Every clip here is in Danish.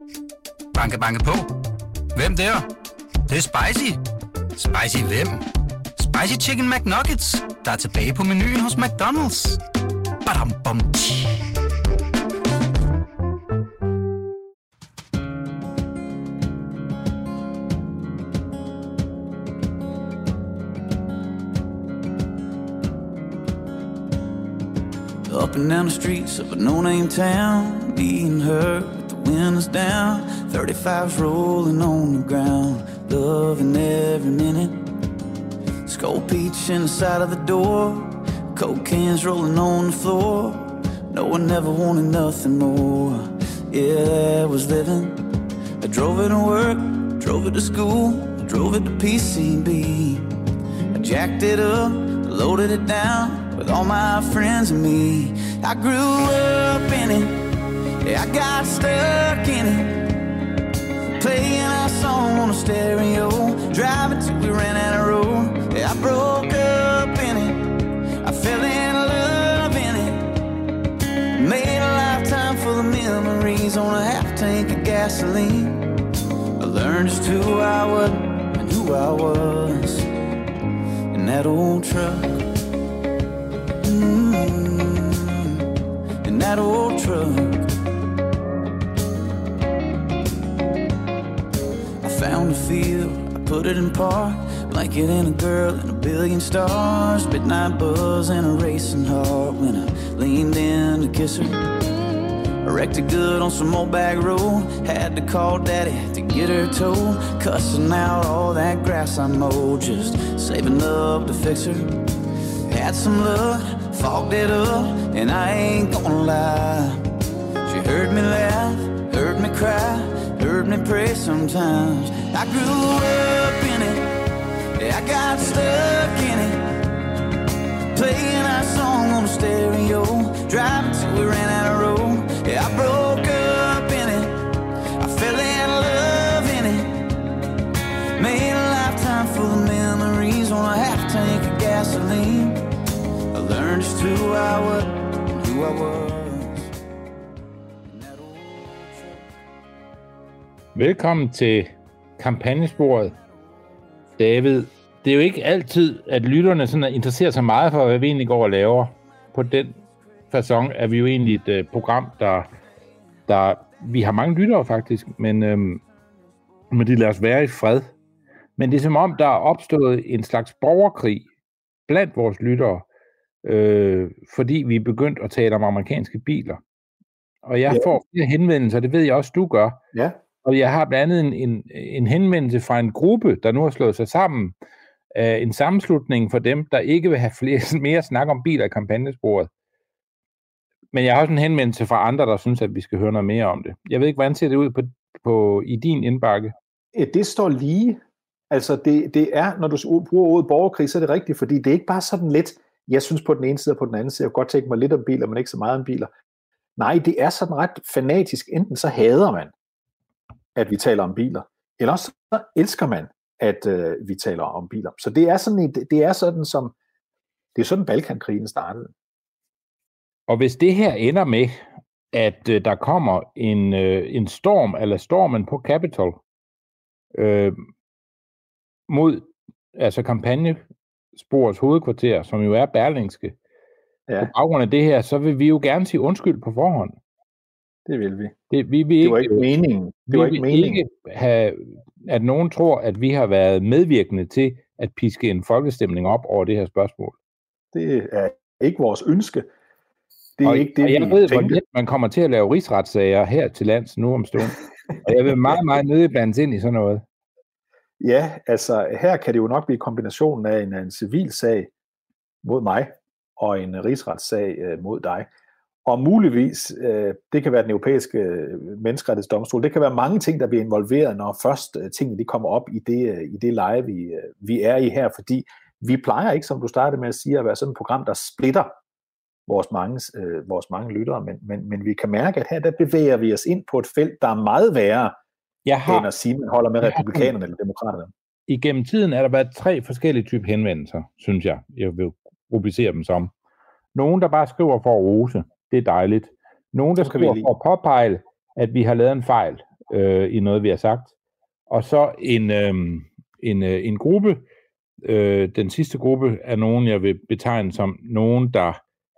Banke, banke på. Hvem der? Det er spicy. Spicy hvem? Spicy Chicken McNuggets, der er tilbage på menuen hos McDonald's. Badum, bom, Up and down the streets of a no-name town, being hurt with the windows down, 35's rolling on the ground, loving every minute. Skull peach in the side of the door, coke cans rolling on the floor. No one ever wanted nothing more. Yeah, that was living. I drove it to work, drove it to school, I drove it to PCB. I jacked it up, loaded it down with all my friends and me. I grew up in it, yeah, I got stuck in it, playing our song on the stereo, driving till we ran out of road. Yeah, I broke up in it, I fell in love in it, made a lifetime full of memories on a half tank of gasoline. I learned just who I was and who I was in that old truck. In that old truck. I found a field, I put it in park, blanket and a girl and a billion stars, midnight buzz and a racing heart when I leaned in to kiss her. I wrecked it good on some old back road, had to call daddy to get her towed, cussing out all that grass I mowed, just saving up to fix her. Had some luck, fogged it up, and I ain't gonna lie. She heard me laugh, heard me cry, heard me pray sometimes. I grew up in it, yeah, I got stuck in it, playing our song on the stereo, driving till we ran out of road. Yeah, I broke up in it, I fell in love in it, made a lifetime full of memories on a half tank of gasoline. I learned just who I was, who I was. Velkommen til kampagnesporet, David. Det er jo ikke altid, at lytterne sådan interesserer sig meget for, hvad vi egentlig går og laver. På den facon er vi jo egentlig et program, der vi har mange lyttere faktisk, men de lader os være i fred. Men det er som om, der er opstået en slags borgerkrig blandt vores lyttere, fordi vi er begyndt at tale om amerikanske biler. Og jeg får flere henvendelser, det ved jeg også, du gør. Ja. Og jeg har blandt andet en henvendelse fra en gruppe, der nu har slået sig sammen. En sammenslutning for dem, der ikke vil have mere snak om biler i kampagnesporet. Men jeg har også en henvendelse fra andre, der synes, at vi skal høre noget mere om det. Jeg ved ikke, hvordan ser det ud i din indbakke? Det står lige. Altså, det er, når du bruger ordet borgerkrig, så er det rigtigt, fordi det er ikke bare sådan lidt, jeg synes på den ene side og på den anden side, jeg kunne godt tænke mig lidt om biler, men ikke så meget om biler. Nej, det er sådan ret fanatisk. Enten så hader man, at vi taler om biler, eller også så elsker man, at vi taler om biler. Så det er sådan Balkankrigen startede. Og hvis det her ender med, at der kommer en storm, eller stormen på Capitol, mod altså kampagnesporets hovedkvarter, som jo er Berlingske, på baggrund af det her, så vil vi jo gerne sige undskyld på forhånd. Det vil vi. Det var ikke meningen. Det var ikke meningen. Ikke have, at nogen tror, at vi har været medvirkende til at piske en folkestemning op over det her spørgsmål. Det er ikke vores ønske. Det er ikke det, jeg ved, hvordan man kommer til at lave rigsretssager her til lands nu om stunden. Og jeg vil meget, meget nødig blandes ind i sådan noget. Ja, altså her kan det jo nok blive kombinationen af en civil sag mod mig og en rigsretssag mod dig. Og muligvis, det kan være den europæiske menneskerettighedsdomstol, det kan være mange ting, der bliver involveret, når først tingene de kommer op i det leje, vi er i her, fordi vi plejer ikke, som du startede med at sige, at være sådan et program, der splitter vores mange lyttere, men vi kan mærke, at her der bevæger vi os ind på et felt, der er meget værre, end at sige, at man holder med republikanerne eller demokraterne. Igennem tiden er der været 3 forskellige typer henvendelser, synes jeg vil rubricere dem som. Nogen, der bare skriver for at rose, det er dejligt. Nogen, der skriver for at påpege, at vi har lavet en fejl. i noget, vi har sagt. Og så en gruppe. Den sidste gruppe er nogen, jeg vil betegne som nogen, der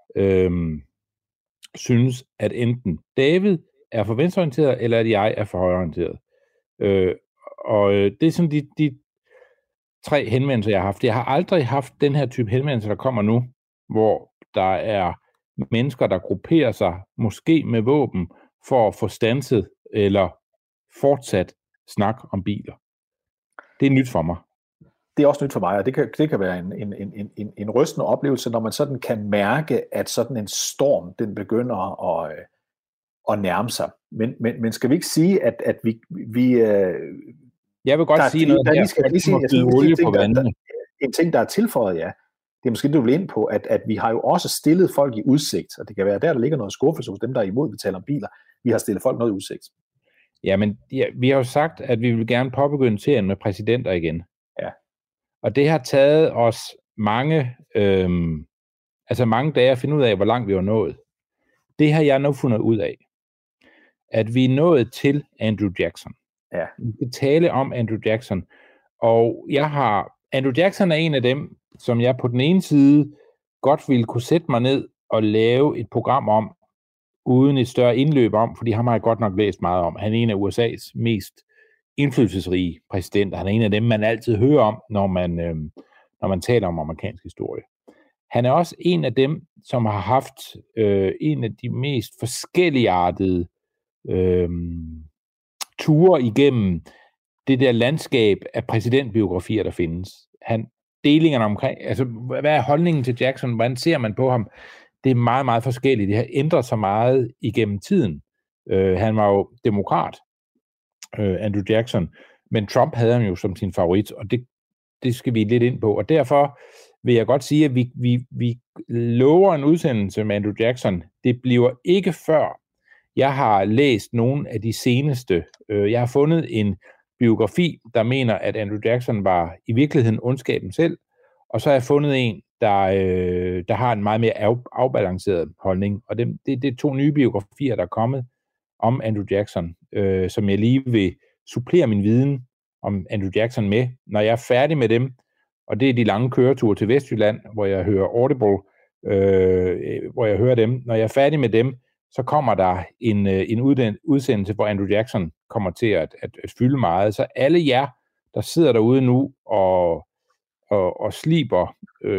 synes, at enten David er for venstreorienteret, eller at jeg er for højreorienteret. Det er sådan de 3 henvendelser, jeg har haft. Jeg har aldrig haft den her type henvendelser, der kommer nu, hvor der er mennesker, der grupperer sig, måske med våben, for at få standset eller fortsat snak om biler. Det er nyt for mig. Det er også nyt for mig, og det kan være en rystende oplevelse, når man sådan kan mærke, at sådan en storm, den begynder at nærme sig. Men skal vi ikke sige, at vi jeg vil godt sige noget her. En ting, der er tilføjet, ja, det er måske det, du vil ind på, at vi har jo også stillet folk i udsigt, og det kan være der ligger noget skuffelse hos dem, der er imod, vi taler om biler. Vi har stillet folk noget i udsigt. Jamen, vi har jo sagt, at vi vil gerne påbegynde serien med præsidenter igen. Ja. Og det har taget os mange dage at finde ud af, hvor langt vi var nået. Det har jeg nu fundet ud af. At vi er nået til Andrew Jackson. Ja. Vi kan tale om Andrew Jackson. Og Andrew Jackson er en af dem, som jeg på den ene side godt ville kunne sætte mig ned og lave et program om, uden et større indløb om, fordi ham har jeg godt nok læst meget om. Han er en af USA's mest indflydelsesrige præsidenter. Han er en af dem, man altid hører om, når man taler om amerikansk historie. Han er også en af dem, som har haft en af de mest forskelligartede ture igennem det der landskab af præsidentbiografier, der findes. Delingerne omkring, altså hvad er holdningen til Jackson? Hvordan ser man på ham? Det er meget, meget forskelligt. Det har ændret sig meget igennem tiden. Han var jo demokrat, Andrew Jackson, men Trump havde ham jo som sin favorit, og det skal vi lidt ind på. Og derfor vil jeg godt sige, at vi lover en udsendelse med Andrew Jackson. Det bliver ikke før, jeg har læst nogle af de seneste. Jeg har fundet en biografi, der mener, at Andrew Jackson var i virkeligheden ondskaben selv, og så har jeg fundet en, der har en meget mere afbalanceret holdning. Og det er 2 nye biografier, der er kommet om Andrew Jackson, som jeg lige vil supplere min viden om Andrew Jackson med, når jeg er færdig med dem. Og det er de lange køreture til Vestjylland, hvor jeg hører Audible, hvor jeg hører dem. Når jeg er færdig med dem, så kommer der en udsendelse, hvor Andrew Jackson kommer til at fylde meget. Så alle jer, der sidder derude nu og sliber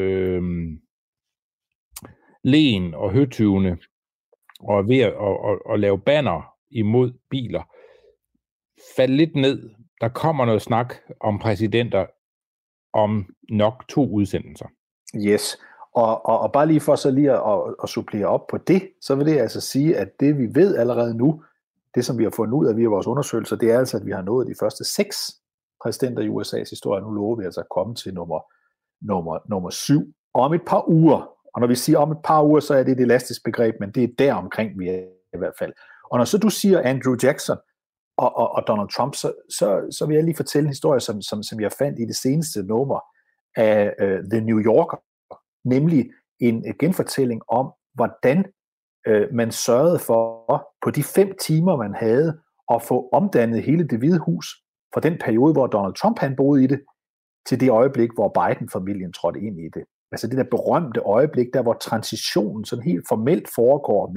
len og høtyvene og er ved at lave banner imod biler, fald lidt ned. Der kommer noget snak om præsidenter om nok 2 udsendelser. Yes, og bare lige for så lige at supplere op på det, så vil det altså sige, at det vi ved allerede nu, det som vi har fundet ud af via vores undersøgelser, det er altså, at vi har nået de første 6 præsidenter i USA's historie. Nu lover vi altså at komme til nummer 7 om et par uger. Og når vi siger om et par uger, så er det et elastisk begreb, men det er der omkring vi er i hvert fald. Og når så du siger Andrew Jackson og Donald Trump, så vil jeg lige fortælle en historie, som jeg fandt i det seneste nummer af The New Yorker, nemlig en genfortælling om, hvordan man sørgede for på de 5 timer, man havde, at få omdannet hele Det Hvide Hus fra den periode, hvor Donald Trump han boede i det, til det øjeblik, hvor Biden-familien trådte ind i det. Altså det der berømte øjeblik, der hvor transitionen sådan helt formelt foregår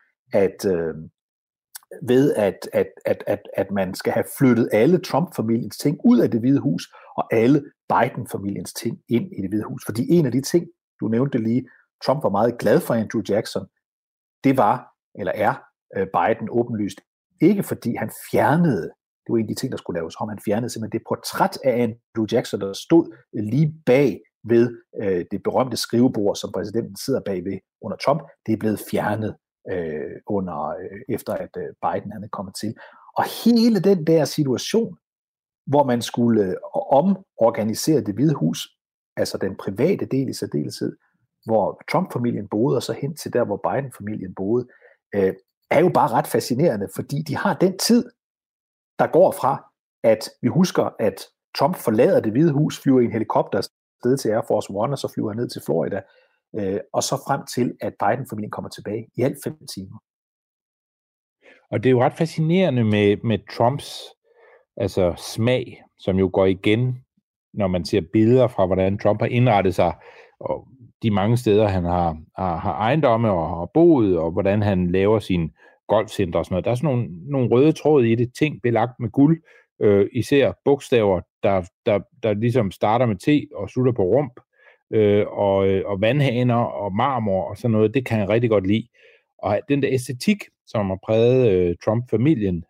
at man skal have flyttet alle Trump-familiens ting ud af Det Hvide Hus, og alle Biden-familiens ting ind i Det Hvide Hus. Fordi en af de ting, du nævnte lige, Trump var meget glad for Andrew Jackson, det var, eller er, Biden åbenlyst. Ikke fordi han fjernede, det var en af de ting, der skulle laves om, han fjernede simpelthen det portræt af Andrew Jackson, der stod lige bag ved det berømte skrivebord, som præsidenten sidder bagved under Trump. Det er blevet fjernet efter at Biden han er kommet til. Og hele den der situation, hvor man skulle omorganisere Det Hvide Hus, altså den private del i særdeleshed, hvor Trump-familien boede, og så hen til der, hvor Biden-familien boede, er jo bare ret fascinerende, fordi de har den tid, der går fra, at vi husker, at Trump forlader Det Hvide Hus, flyver i en helikopter sted til Air Force One, og så flyver han ned til Florida, og så frem til, at Biden-familien kommer tilbage i alt 5 timer. Og det er jo ret fascinerende med Trumps smag, som jo går igen, når man ser billeder fra, hvordan Trump har indrettet sig, og de mange steder, han har ejendomme og boet, og hvordan han laver sine golfcenter og sådan noget. Der er sådan nogle røde tråde i det, ting belagt med guld, især bogstaver, der ligesom starter med T og slutter på rump, og vandhaner og marmor og sådan noget, det kan jeg rigtig godt lide. Og den der æstetik, som har præget Trump-familien,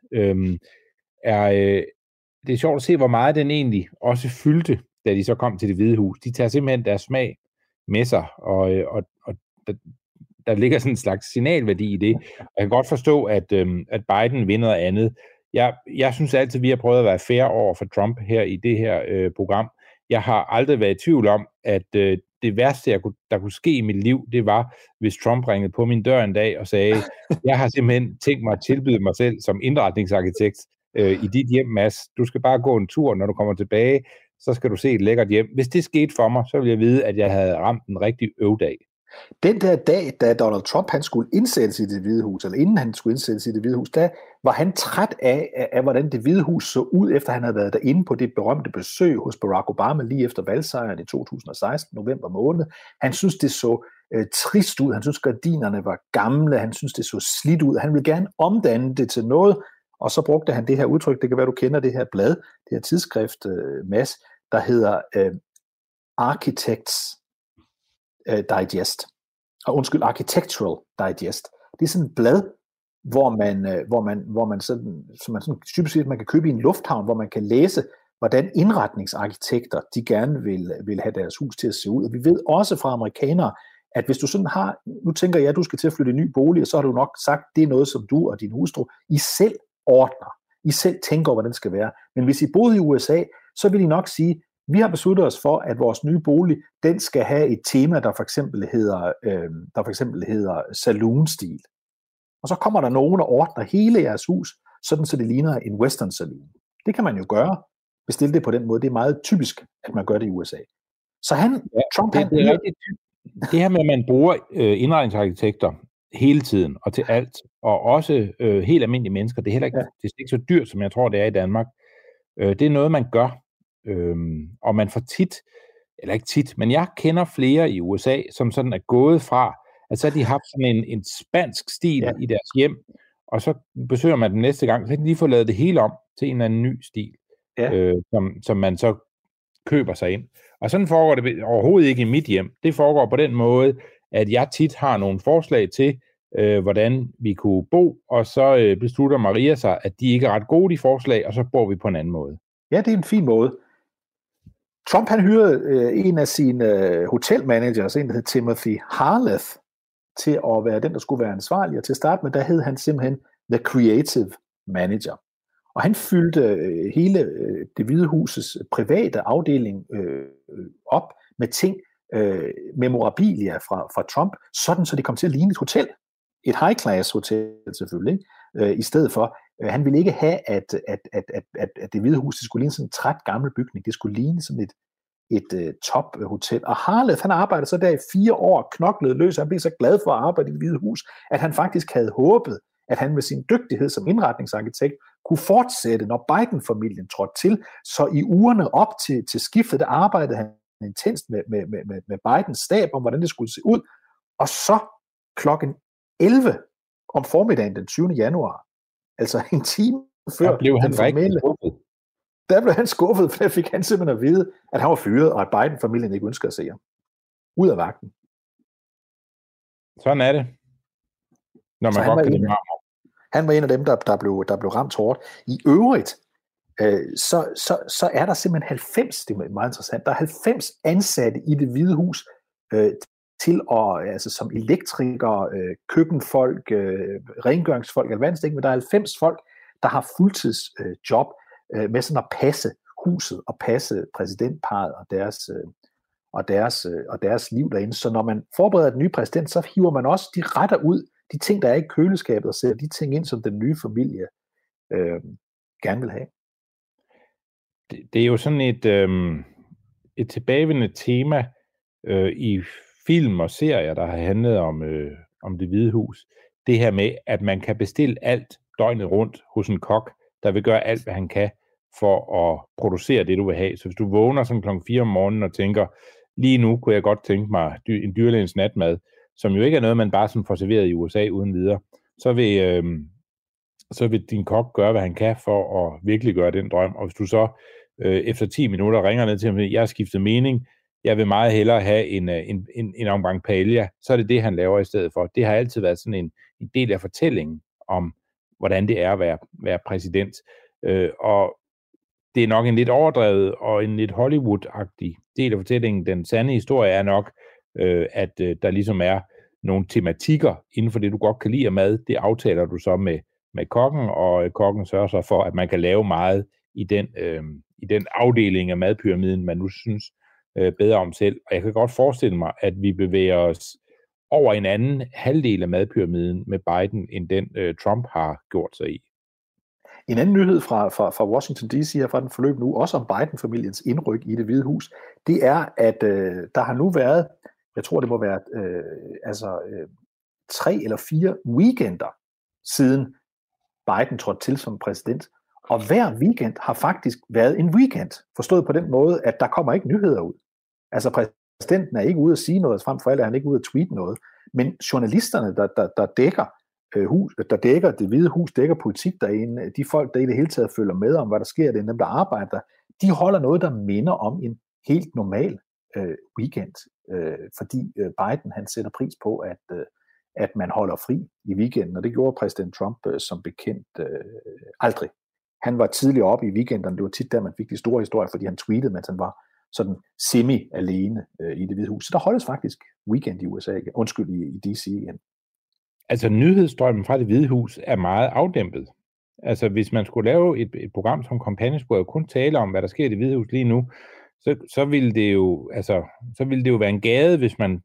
det er sjovt at se, hvor meget den egentlig også fyldte, da de så kom til Det Hvide Hus. De tager simpelthen deres smag med sig, og der ligger sådan en slags signalværdi i det. Jeg kan godt forstå, at Biden vinder noget andet. Jeg synes altid, vi har prøvet at være fair over for Trump her i det her program. Jeg har aldrig været i tvivl om, at det værste, der kunne ske i mit liv, det var, hvis Trump ringede på min dør en dag og sagde, jeg har simpelthen tænkt mig at tilbyde mig selv som indretningsarkitekt i dit hjem, Mads. Du skal bare gå en tur, når du kommer tilbage, så skal du se et lækkert hjem. Hvis det skete for mig, så ville jeg vide, at jeg havde ramt en rigtig øvdag. Den der dag, da Donald Trump han skulle indsættes i Det Hvide Hus, eller inden han skulle indsættes i Det Hvide Hus, der var han træt af hvordan Det Hvide Hus så ud, efter han havde været derinde på det berømte besøg hos Barack Obama lige efter valgsejren i 2016, november måned. Han synes, det så trist ud. Han synes, gardinerne var gamle. Han synes, det så slidt ud. Han ville gerne omdanne det til noget, og så brugte han det her udtryk, det kan være, du kender det her blad, det her tidsskrift, Mads, der hedder Architects Digest. Architectural Digest. Det er sådan et blad, hvor man sådan typisk man kan købe i en lufthavn, hvor man kan læse, hvordan indretningsarkitekter, de gerne vil have deres hus til at se ud. Og vi ved også fra amerikanere, at hvis du sådan har, nu tænker jeg, at du skal til at flytte i en ny bolig, og så har du nok sagt, det er noget, som du og din hustru, I selv ordner. I selv tænker over, hvordan det skal være. Men hvis I boede i USA, så vil I nok sige, vi har besluttet os for, at vores nye bolig, den skal have et tema, der for eksempel hedder saloon-stil. Og så kommer der nogen og ordner hele jeres hus, sådan så det ligner en western saloon. Det kan man jo gøre, bestille det på den måde. Det er meget typisk, at man gør det i USA. Så Trump... Det her med, at man bruger indretningsarkitekter hele tiden og til alt, og også helt almindelige mennesker, det er heller ikke, det er ikke så dyrt, som jeg tror, det er i Danmark. Det er noget, man gør. Og man får tit, eller ikke tit, men jeg kender flere i USA, som sådan er gået fra, at så har de haft sådan en spansk stil i deres hjem, og så besøger man den næste gang, så kan de lige få lavet det hele om til en eller anden ny stil, som man så køber sig ind. Og sådan foregår det overhovedet ikke i mit hjem. Det foregår på den måde, at jeg tit har nogle forslag til, hvordan vi kunne bo, og så beslutter Maria sig, at de ikke er ret gode, de forslag, og så bor vi på en anden måde. Ja, det er en fin måde. Trump han hyrede en af sine hotelmanagers, en der hed Timothy Harleth, til at være den, der skulle være ansvarlig, og til at starte med, der hed han simpelthen The Creative Manager. Og han fyldte hele Det Hvide Husets private afdeling op med ting, memorabilia fra Trump, sådan så det kom til at ligne et hotel. Et high-class hotel selvfølgelig, ikke? I stedet for, han ville ikke have, at Det Hvide Hus det skulle ligne sådan en træt gammel bygning. Det skulle ligne sådan et top-hotel. Og Harleth, han arbejdede så der i 4 år, knoklede løs. Han blev så glad for at arbejde i Det Hvide Hus, at han faktisk havde håbet, at han med sin dygtighed som indretningsarkitekt kunne fortsætte, når Biden-familien trådte til. Så i ugerne op til skiftet, der arbejdede han intenst med Bidens stab om, hvordan det skulle se ud. Og så klokken 11 om formiddagen den 20. januar, altså en time før, der blev han rigtig skuffet. Der blev han skuffet, for der fik han simpelthen at vide, at han var fyret, og at Biden-familien ikke ønsker at se ham. Ud af vagten. Sådan er det. Når man godt kan lide marmor. Han var en af dem, der blev ramt hårdt. I øvrigt, så er der simpelthen 90, det er meget interessant, der er 90 ansatte i Det Hvide Hus til at, altså som elektrikere, køkkenfolk, rengøringsfolk, eller hvad men der er 90 folk, der har fuldtidsjob med sådan at passe huset og passe præsidentparret og deres liv derinde. Så når man forbereder den nye præsident, så hiver man også de retter ud, de ting, der er i køleskabet, og sætter de ting ind, som den nye familie gerne vil have. Det er jo sådan et tilbagevendende tema i film og serier, der har handlet om Det Hvide Hus. Det her med, at man kan bestille alt døgnet rundt hos en kok, der vil gøre alt, hvad han kan for at producere det, du vil have. Så hvis du vågner sådan klokken 4 om morgenen og tænker, lige nu kunne jeg godt tænke mig en dyrlægens natmad, som jo ikke er noget, man bare sådan får serveret i USA uden videre, så vil din kok gøre, hvad han kan for at virkelig gøre den drøm. Og hvis du så efter 10 minutter ringer ned til ham, jeg har skiftet mening, jeg vil meget hellere have en omgang paella, så er det det, han laver i stedet for. Det har altid været sådan en del af fortællingen om, hvordan det er at være præsident. Og det er nok en lidt overdrevet og en lidt Hollywood-agtig del af fortællingen. Den sande historie er nok, at der ligesom er nogle tematikker inden for det, du godt kan lide af mad. Det aftaler du så med kokken, og kokken sørger så for, at man kan lave meget i den afdeling af madpyramiden, man nu synes bedre om selv. Og jeg kan godt forestille mig, at vi bevæger os over en anden halvdel af madpyramiden med Biden, end den Trump har gjort sig i. En anden nyhed fra Washington D.C. her fra den forløb nu, også om Biden-familiens indryk i Det Hvide Hus, det er, at der har nu været, jeg tror det må være 3 eller 4 weekender siden Biden trådte til som præsident. Og hver weekend har faktisk været en weekend, forstået på den måde, at der kommer ikke nyheder ud. Altså præsidenten er ikke ude at sige noget, frem for alt er han ikke ude at tweete noget, men journalisterne, der dækker Det Hvide Hus, dækker politik derinde, de folk, der i det hele taget følger med om, hvad der sker, det er dem, der arbejder, de holder noget, der minder om en helt normal weekend, fordi Biden han sætter pris på, at man holder fri i weekenden, og det gjorde præsident Trump som bekendt aldrig. Han var tidligere oppe i weekenderne, det var tit der, man fik de store historier, fordi han tweetede, mens han var sådan semi-alene i Det Hvide Hus. Så der holdes faktisk weekend i USA, i DC igen. Altså nyhedsstrømmen fra Det Hvide Hus er meget afdæmpet. Altså hvis man skulle lave et program som Kampagne, skulle jo kun tale om, hvad der sker i Det Hvide Hus lige nu, så ville det jo være en gave,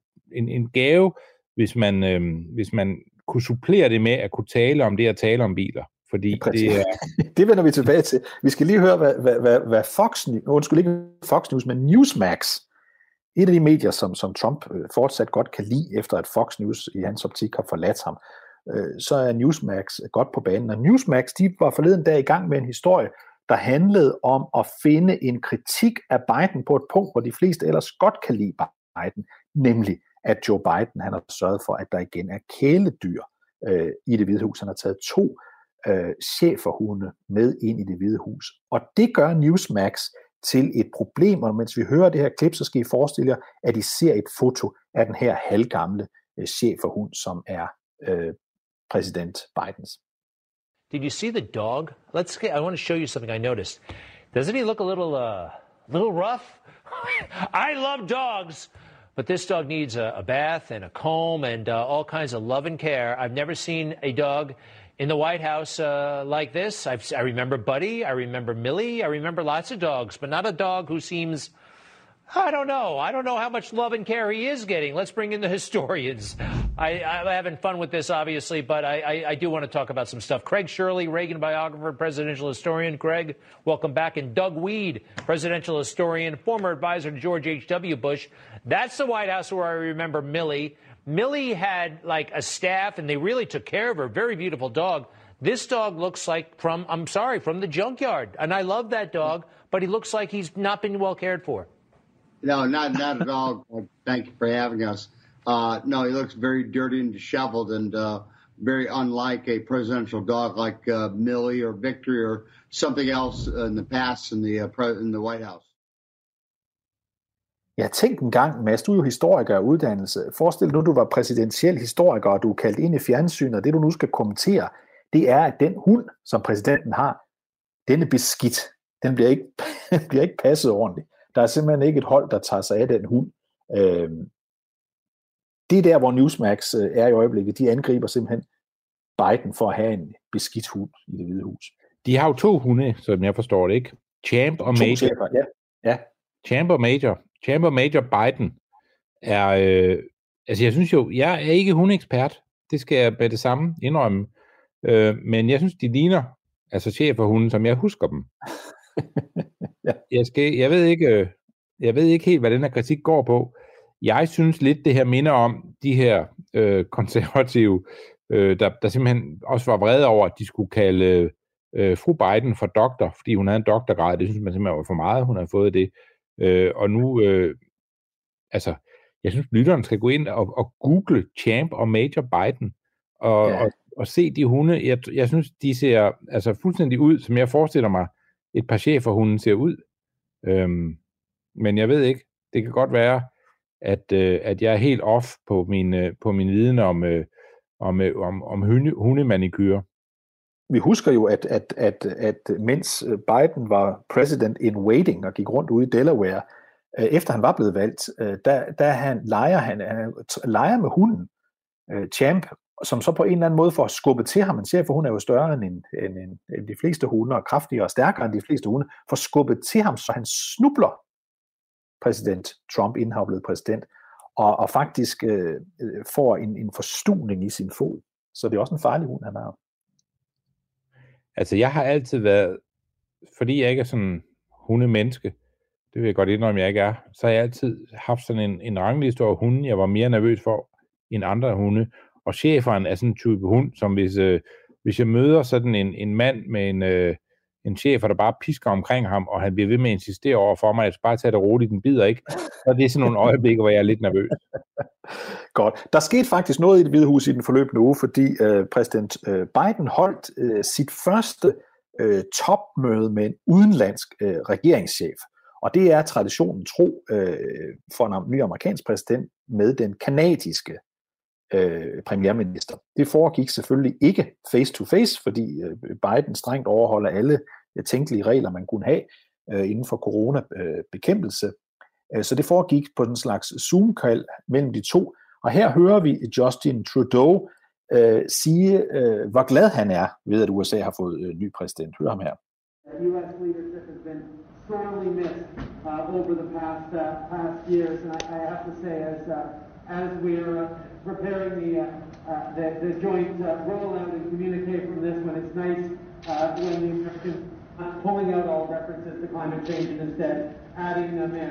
hvis man kunne supplere det med at kunne tale om det at tale om biler. Fordi det vender vi tilbage til. Vi skal lige høre, hvad Fox News, men Newsmax, et af de medier, som Trump fortsat godt kan lide, efter at Fox News i hans optik har forladt ham, så er Newsmax godt på banen. Og Newsmax, de var forleden dag i gang med en historie, der handlede om at finde en kritik af Biden på et punkt, hvor de fleste ellers godt kan lide Biden, nemlig at Joe Biden han har sørget for, at der igen er kæledyr i Det Hvide Hus. Han har taget 2 cheferhunde med ind i Det Hvide Hus. Og det gør Newsmax til et problem, og mens vi hører det her klip, så skal I forestille jer, at I ser et foto af den her halvgamle cheferhund, som er præsident Bidens. Did you see the dog? I want to show you something I noticed. Doesn't he look a little rough? I love dogs, but this dog needs a bath and a comb and all kinds of love and care. I've never seen a dog in the White House like this. I remember Buddy, I remember Millie, I remember lots of dogs, but not a dog who seems, I don't know how much love and care he is getting. Let's bring in the historians. I'm having fun with this, obviously, but I do want to talk about some stuff. Craig Shirley, Reagan biographer, presidential historian. Craig, welcome back. And Doug Weed, presidential historian, former advisor to George H.W. Bush. That's the White House where I remember Millie. Millie had like a staff, and they really took care of her. Very beautiful dog. This dog looks like from the junkyard. And I love that dog, but he looks like he's not been well cared for. No, not at all. Thank you for having us. No, he looks very dirty and disheveled and very unlike a presidential dog like Millie or Victory or something else in the past in the White House. Ja, tænk en gang, Mads, du er jo historiker af uddannelse. Forestil dig, du var præsidentiel historiker, og du er kaldt ind i fjernsynet, og det du nu skal kommentere, det er, at den hund, som præsidenten har, den er beskidt. Den bliver ikke passet ordentligt. Der er simpelthen ikke et hold, der tager sig af den hund. Det er der, hvor Newsmax er i øjeblikket. De angriber simpelthen Biden for at have en beskidt hund i Det Hvide Hus. De har jo 2 hunde, som jeg forstår det, ikke? Champ og Major. Chefer, ja. Champ og Major Biden er... altså, jeg synes jo, jeg er ikke hundeekspert. Det skal jeg med det samme indrømme. Men jeg synes, de ligner altså cheferhunden, som jeg husker dem. Ja. Jeg ved ikke helt, hvad den her kritik går på. Jeg synes lidt, det her minder om de her konservative der simpelthen også var vrede over, at de skulle kalde fru Biden for doktor, fordi hun havde en doktorgrad. Det synes man simpelthen var for meget, hun havde fået det. Og nu, altså, jeg synes, lytteren skal gå ind og google Champ og Major Biden, og se de hunde. Jeg synes, de ser altså fuldstændig ud, som jeg forestiller mig, et par cheferhunden ser ud. Men jeg ved ikke. Det kan godt være, at jeg er helt off på min viden om hundemanikyre. Vi husker jo, at mens Biden var president in waiting og gik rundt ude i Delaware, efter han var blevet valgt, der han leger med hunden, Champ, som så på en eller anden måde får skubbet til ham. En cheferhund er jo større end de fleste hunde, og kraftigere og stærkere end de fleste hunde, får skubbet til ham, så han snubler præsident Trump, inden han er blevet præsident, og faktisk får en forstuning i sin fod. Så det er også en farlig hund, han har. Altså, jeg har altid været, fordi jeg ikke er sådan hundemenneske, det vil jeg godt indrømme, jeg ikke er, så har jeg altid haft sådan en rangliste over hunde, jeg var mere nervøs for end andre hunde. Og schæferen er sådan en type hund, som hvis jeg møder sådan en mand med en chefer, der bare pisker omkring ham, og han bliver ved med at insistere over for mig, at jeg skal bare tage det roligt, den bider ikke. Så det er sådan nogle øjeblikke, hvor jeg er lidt nervøs. Godt. Der skete faktisk noget i Det Hvide Hus i den forløbende uge, fordi præsident Biden holdt sit første topmøde med en udenlandsk regeringschef. Og det er traditionen tro for en ny amerikansk præsident med den kanadiske premierminister. Det foregik selvfølgelig ikke face to face, fordi Biden strengt overholder alle tænkelige regler, man kunne have inden for coronabekæmpelse. Så det foregik på en slags Zoom-kald mellem de to. Og her hører vi Justin Trudeau sige, hvor glad han er ved, at USA har fået ny præsident. Hør ham her. U.S. leadership has been sorely missed over the past years, and I have to say, as we're preparing the joint rollout and communicate from this one, it's nice when the Americans are pulling out all references to climate change and instead adding them in.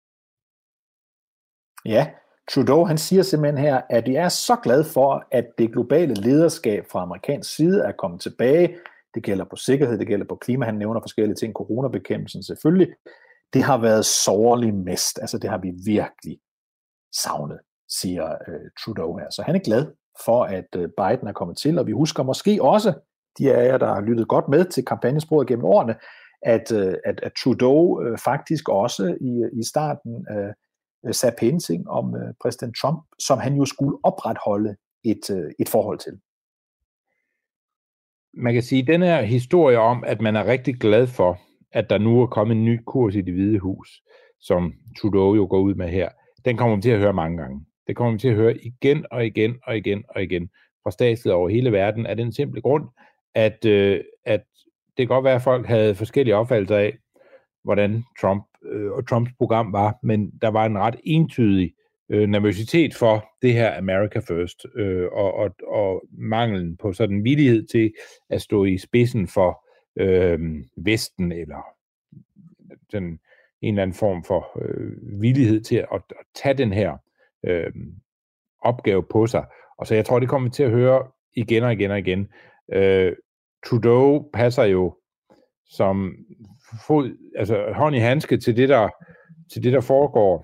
Ja, Trudeau han siger simpelthen her, at de er så glade for, at det globale lederskab fra amerikansk side er kommet tilbage. Det gælder på sikkerhed, det gælder på klima, han nævner forskellige ting, coronabekæmpelsen selvfølgelig. Det har været sorgelig mist, altså det har vi virkelig savnet, siger Trudeau her. Så han er glad for, at Biden er kommet til, og vi husker måske også, de af jer, der har lyttet godt med til kampagnesporet gennem årene, at Trudeau faktisk også i starten sagde pæne ting om præsident Trump, som han jo skulle opretholde et forhold til. Man kan sige, at den her historie om, at man er rigtig glad for, at der nu er kommet en ny kurs i Det Hvide Hus, som Trudeau jo går ud med her, den kommer vi til at høre mange gange. Det kommer vi til at høre igen og igen og igen og igen fra statsledere over hele verden, af den simple grund, at det kan godt være, at folk havde forskellige opfattelser af, hvordan Trump og Trumps program var, men der var en ret entydig nervøsitet for det her America First, og manglen på sådan villighed til at stå i spidsen for Vesten, eller sådan en eller anden form for villighed til at tage den her opgave på sig. Og så jeg tror, det kommer vi til at høre igen og igen og igen. Trudeau passer jo som hånd i handske til det, der foregår.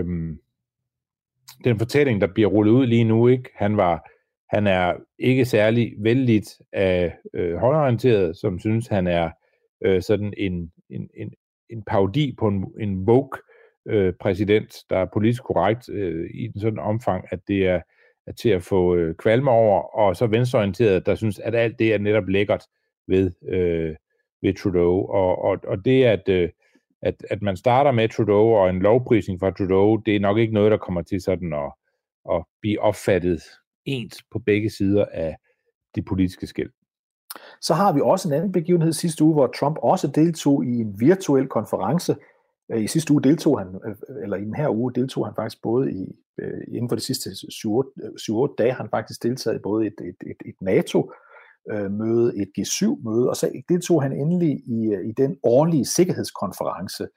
Den fortælling, der bliver rullet ud lige nu, ikke? Han er ikke særlig vældigt af højreorienteret, som synes, han er sådan en parodi på en woke præsident, der er politisk korrekt i en sådan omfang, at det er til at få kvalme over, og så venstreorienteret, der synes, at alt det er netop lækkert ved Trudeau. Og det, at man starter med Trudeau og en lovprisning fra Trudeau, det er nok ikke noget, der kommer til sådan at blive opfattet ens på begge sider af de politiske skel. Så har vi også en anden begivenhed sidste uge, hvor Trump også deltog i en virtuel konference. I sidste uge deltog han, eller i den her uge deltog han faktisk både inden for de sidste 7-8 dage, han faktisk deltaget i både et NATO-møde, et G7-møde, og så deltog han endelig i den årlige sikkerhedskonference,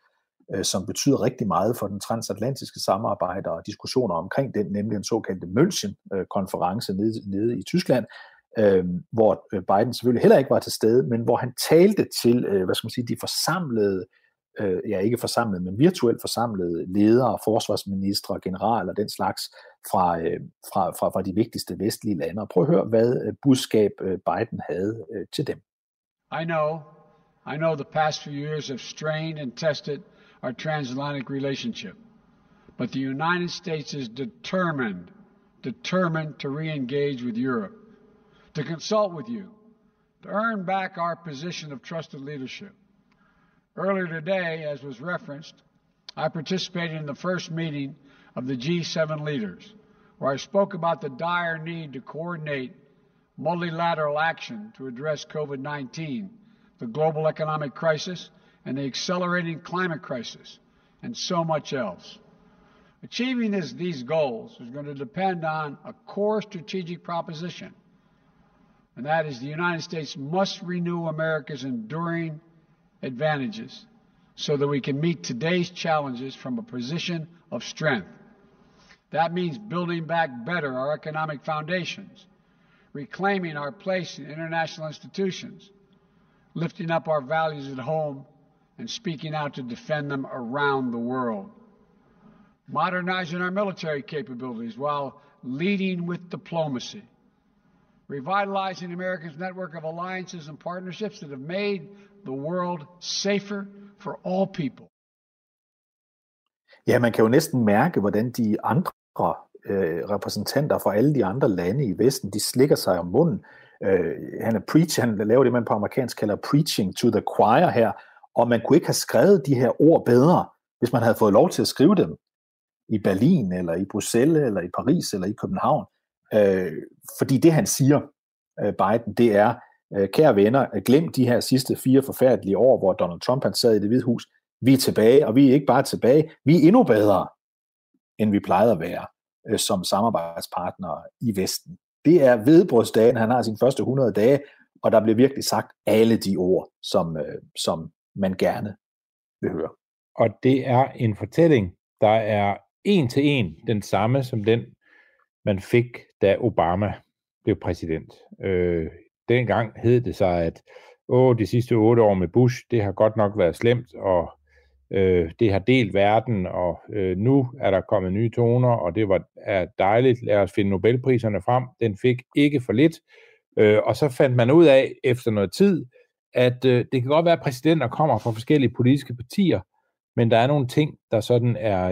som betyder rigtig meget for den transatlantiske samarbejde og diskussioner omkring den, nemlig den såkaldte München-konference nede i Tyskland, hvor Biden selvfølgelig heller ikke var til stede, men hvor han talte til, de forsamlede, ikke forsamlede, men virtuelt forsamlede ledere, forsvarsministre, generaler og den slags fra de vigtigste vestlige lande. Og prøv at høre, hvad budskab Biden havde til dem. I know the past few years have strained and tested our transatlantic relationship, but the United States is determined to re-engage with Europe, to consult with you, to earn back our position of trusted leadership. Earlier today, as was referenced, I participated in the first meeting of the G7 leaders, where I spoke about the dire need to coordinate multilateral action to address COVID-19, the global economic crisis, and the accelerating climate crisis, and so much else. Achieving these goals is going to depend on a core strategic proposition, and that is the United States must renew America's enduring advantages so that we can meet today's challenges from a position of strength. That means building back better our economic foundations, reclaiming our place in international institutions, lifting up our values at home, and speaking out to defend them around the world. Modernizing our military capabilities while leading with diplomacy. Revitalizing America's network of alliances and partnerships that have made the world safer for all people. Ja, man kan jo næsten mærke, hvordan de andre repræsentanter fra alle de andre lande i Vesten, de slikker sig om munden. Han laver det, man på amerikansk kalder preaching to the choir her, og man kunne ikke have skrevet de her ord bedre, hvis man havde fået lov til at skrive dem i Berlin, eller i Bruxelles, eller i Paris, eller i København. Fordi det, han siger, Biden, det er, kære venner, glem de her sidste 4 forfærdelige år, hvor Donald Trump han sad i Det Hvide Hus. Vi er tilbage, og vi er ikke bare tilbage, vi er endnu bedre, end vi plejede at være som samarbejdspartnere i Vesten. Det er hvedebrødsdagen, han har sine første 100 dage, og der bliver virkelig sagt alle de ord, som man gerne vil høre. Og det er en fortælling, der er en til en den samme som den, man fik, da Obama blev præsident. Dengang hed det sig, at de sidste 8 år med Bush, det har godt nok været slemt, og det har delt verden, og nu er der kommet nye toner, og det er dejligt. Lad os finde Nobelpriserne frem. Den fik ikke for lidt. Og så fandt man ud af, efter noget tid, at det kan godt være, at præsidenter kommer fra forskellige politiske partier, men der er nogle ting, der sådan er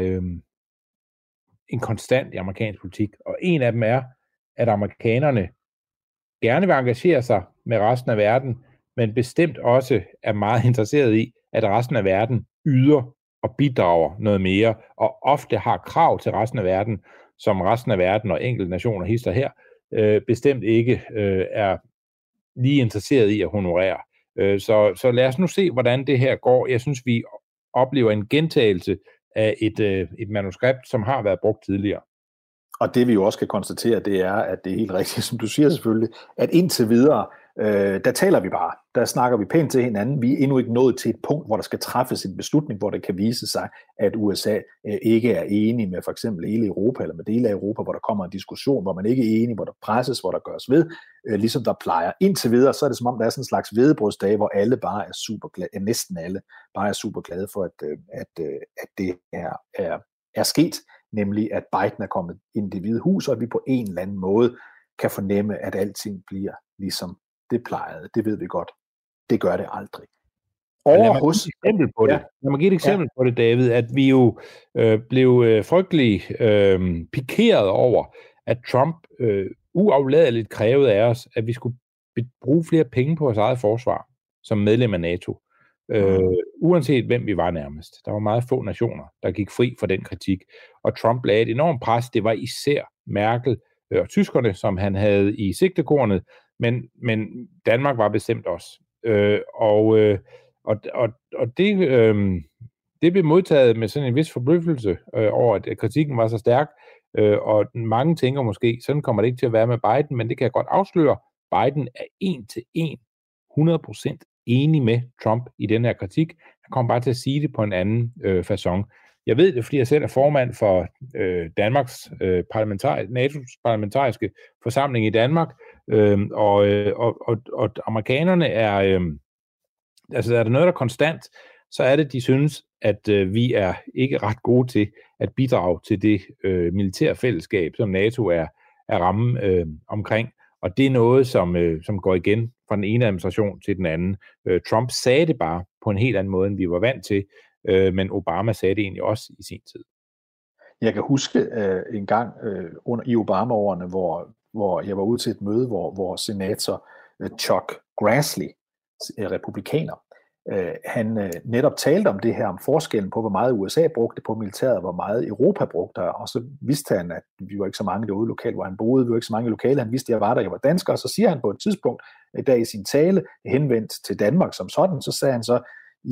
en konstant i amerikansk politik. Og en af dem er, at amerikanerne gerne vil engagere sig med resten af verden, men bestemt også er meget interesseret i, at resten af verden yder og bidrager noget mere, og ofte har krav til resten af verden, som resten af verden og enkelte nationer hister her, bestemt ikke er lige interesseret i at honorere. Så lad os nu se, hvordan det her går. Jeg synes, vi oplever en gentagelse af et manuskript, som har været brugt tidligere. Og det vi jo også kan konstatere, det er, at det er helt rigtigt, som du siger selvfølgelig, at indtil videre, der taler vi bare. Der snakker vi pænt til hinanden. Vi er endnu ikke nået til et punkt, hvor der skal træffes en beslutning, hvor det kan vise sig, at USA ikke er enige med for eksempel hele Europa, eller med dele af Europa, hvor der kommer en diskussion, hvor man ikke er enige, hvor der presses, hvor der gøres ved, ligesom der plejer. Indtil videre, så er det som om, der er sådan en slags hvedebrødsdage, hvor alle bare er super glade, næsten alle bare er super glade for, at det er sket, nemlig at Biden er kommet ind i Det Hvide Hus, og at vi på en eller anden måde kan fornemme, at alting bliver ligesom det plejede. Det ved vi godt. Det gør det aldrig. Lad mig give et eksempel på det, David, at vi jo blev frygtelig pikeret over, at Trump uafladeligt krævede af os, at vi skulle bruge flere penge på vores eget forsvar som medlem af NATO. Uanset hvem vi var nærmest. Der var meget få nationer, der gik fri for den kritik. Og Trump lagde et enormt pres. Det var især Merkel og tyskerne, som han havde i sigtekornet, men Danmark var bestemt også. Og det blev modtaget med sådan en vis forbløffelse over, at kritikken var så stærk, og mange tænker måske, sådan kommer det ikke til at være med Biden, men det kan jeg godt afsløre. Biden er 1-1, 100% enig med Trump i den her kritik. Han kommer bare til at sige det på en anden facon. Jeg ved det, fordi jeg selv er formand for Danmarks NATO's parlamentariske forsamling i Danmark, og amerikanerne er, altså er der noget, der er konstant, så er det, de synes, at vi er ikke ret gode til at bidrage til det militære fællesskab, som NATO er ramme omkring. Og det er noget, som går igen fra den ene administration til den anden. Trump sagde det bare på en helt anden måde, end vi var vant til, men Obama sagde det egentlig også i sin tid. Jeg kan huske en gang i Obama-årene, hvor jeg var ude til et møde, hvor senator Chuck Grassley, republikaner, han netop talte om det her, om forskellen på, hvor meget USA brugte på militæret, og hvor meget Europa brugte, og så vidste han, at vi var ikke så mange derude lokalt, hvor han boede, vi var ikke så mange lokale, han vidste, at jeg var der, jeg var dansker, og så siger han på et tidspunkt, der i sin tale, henvendt til Danmark som sådan, så sagde han så,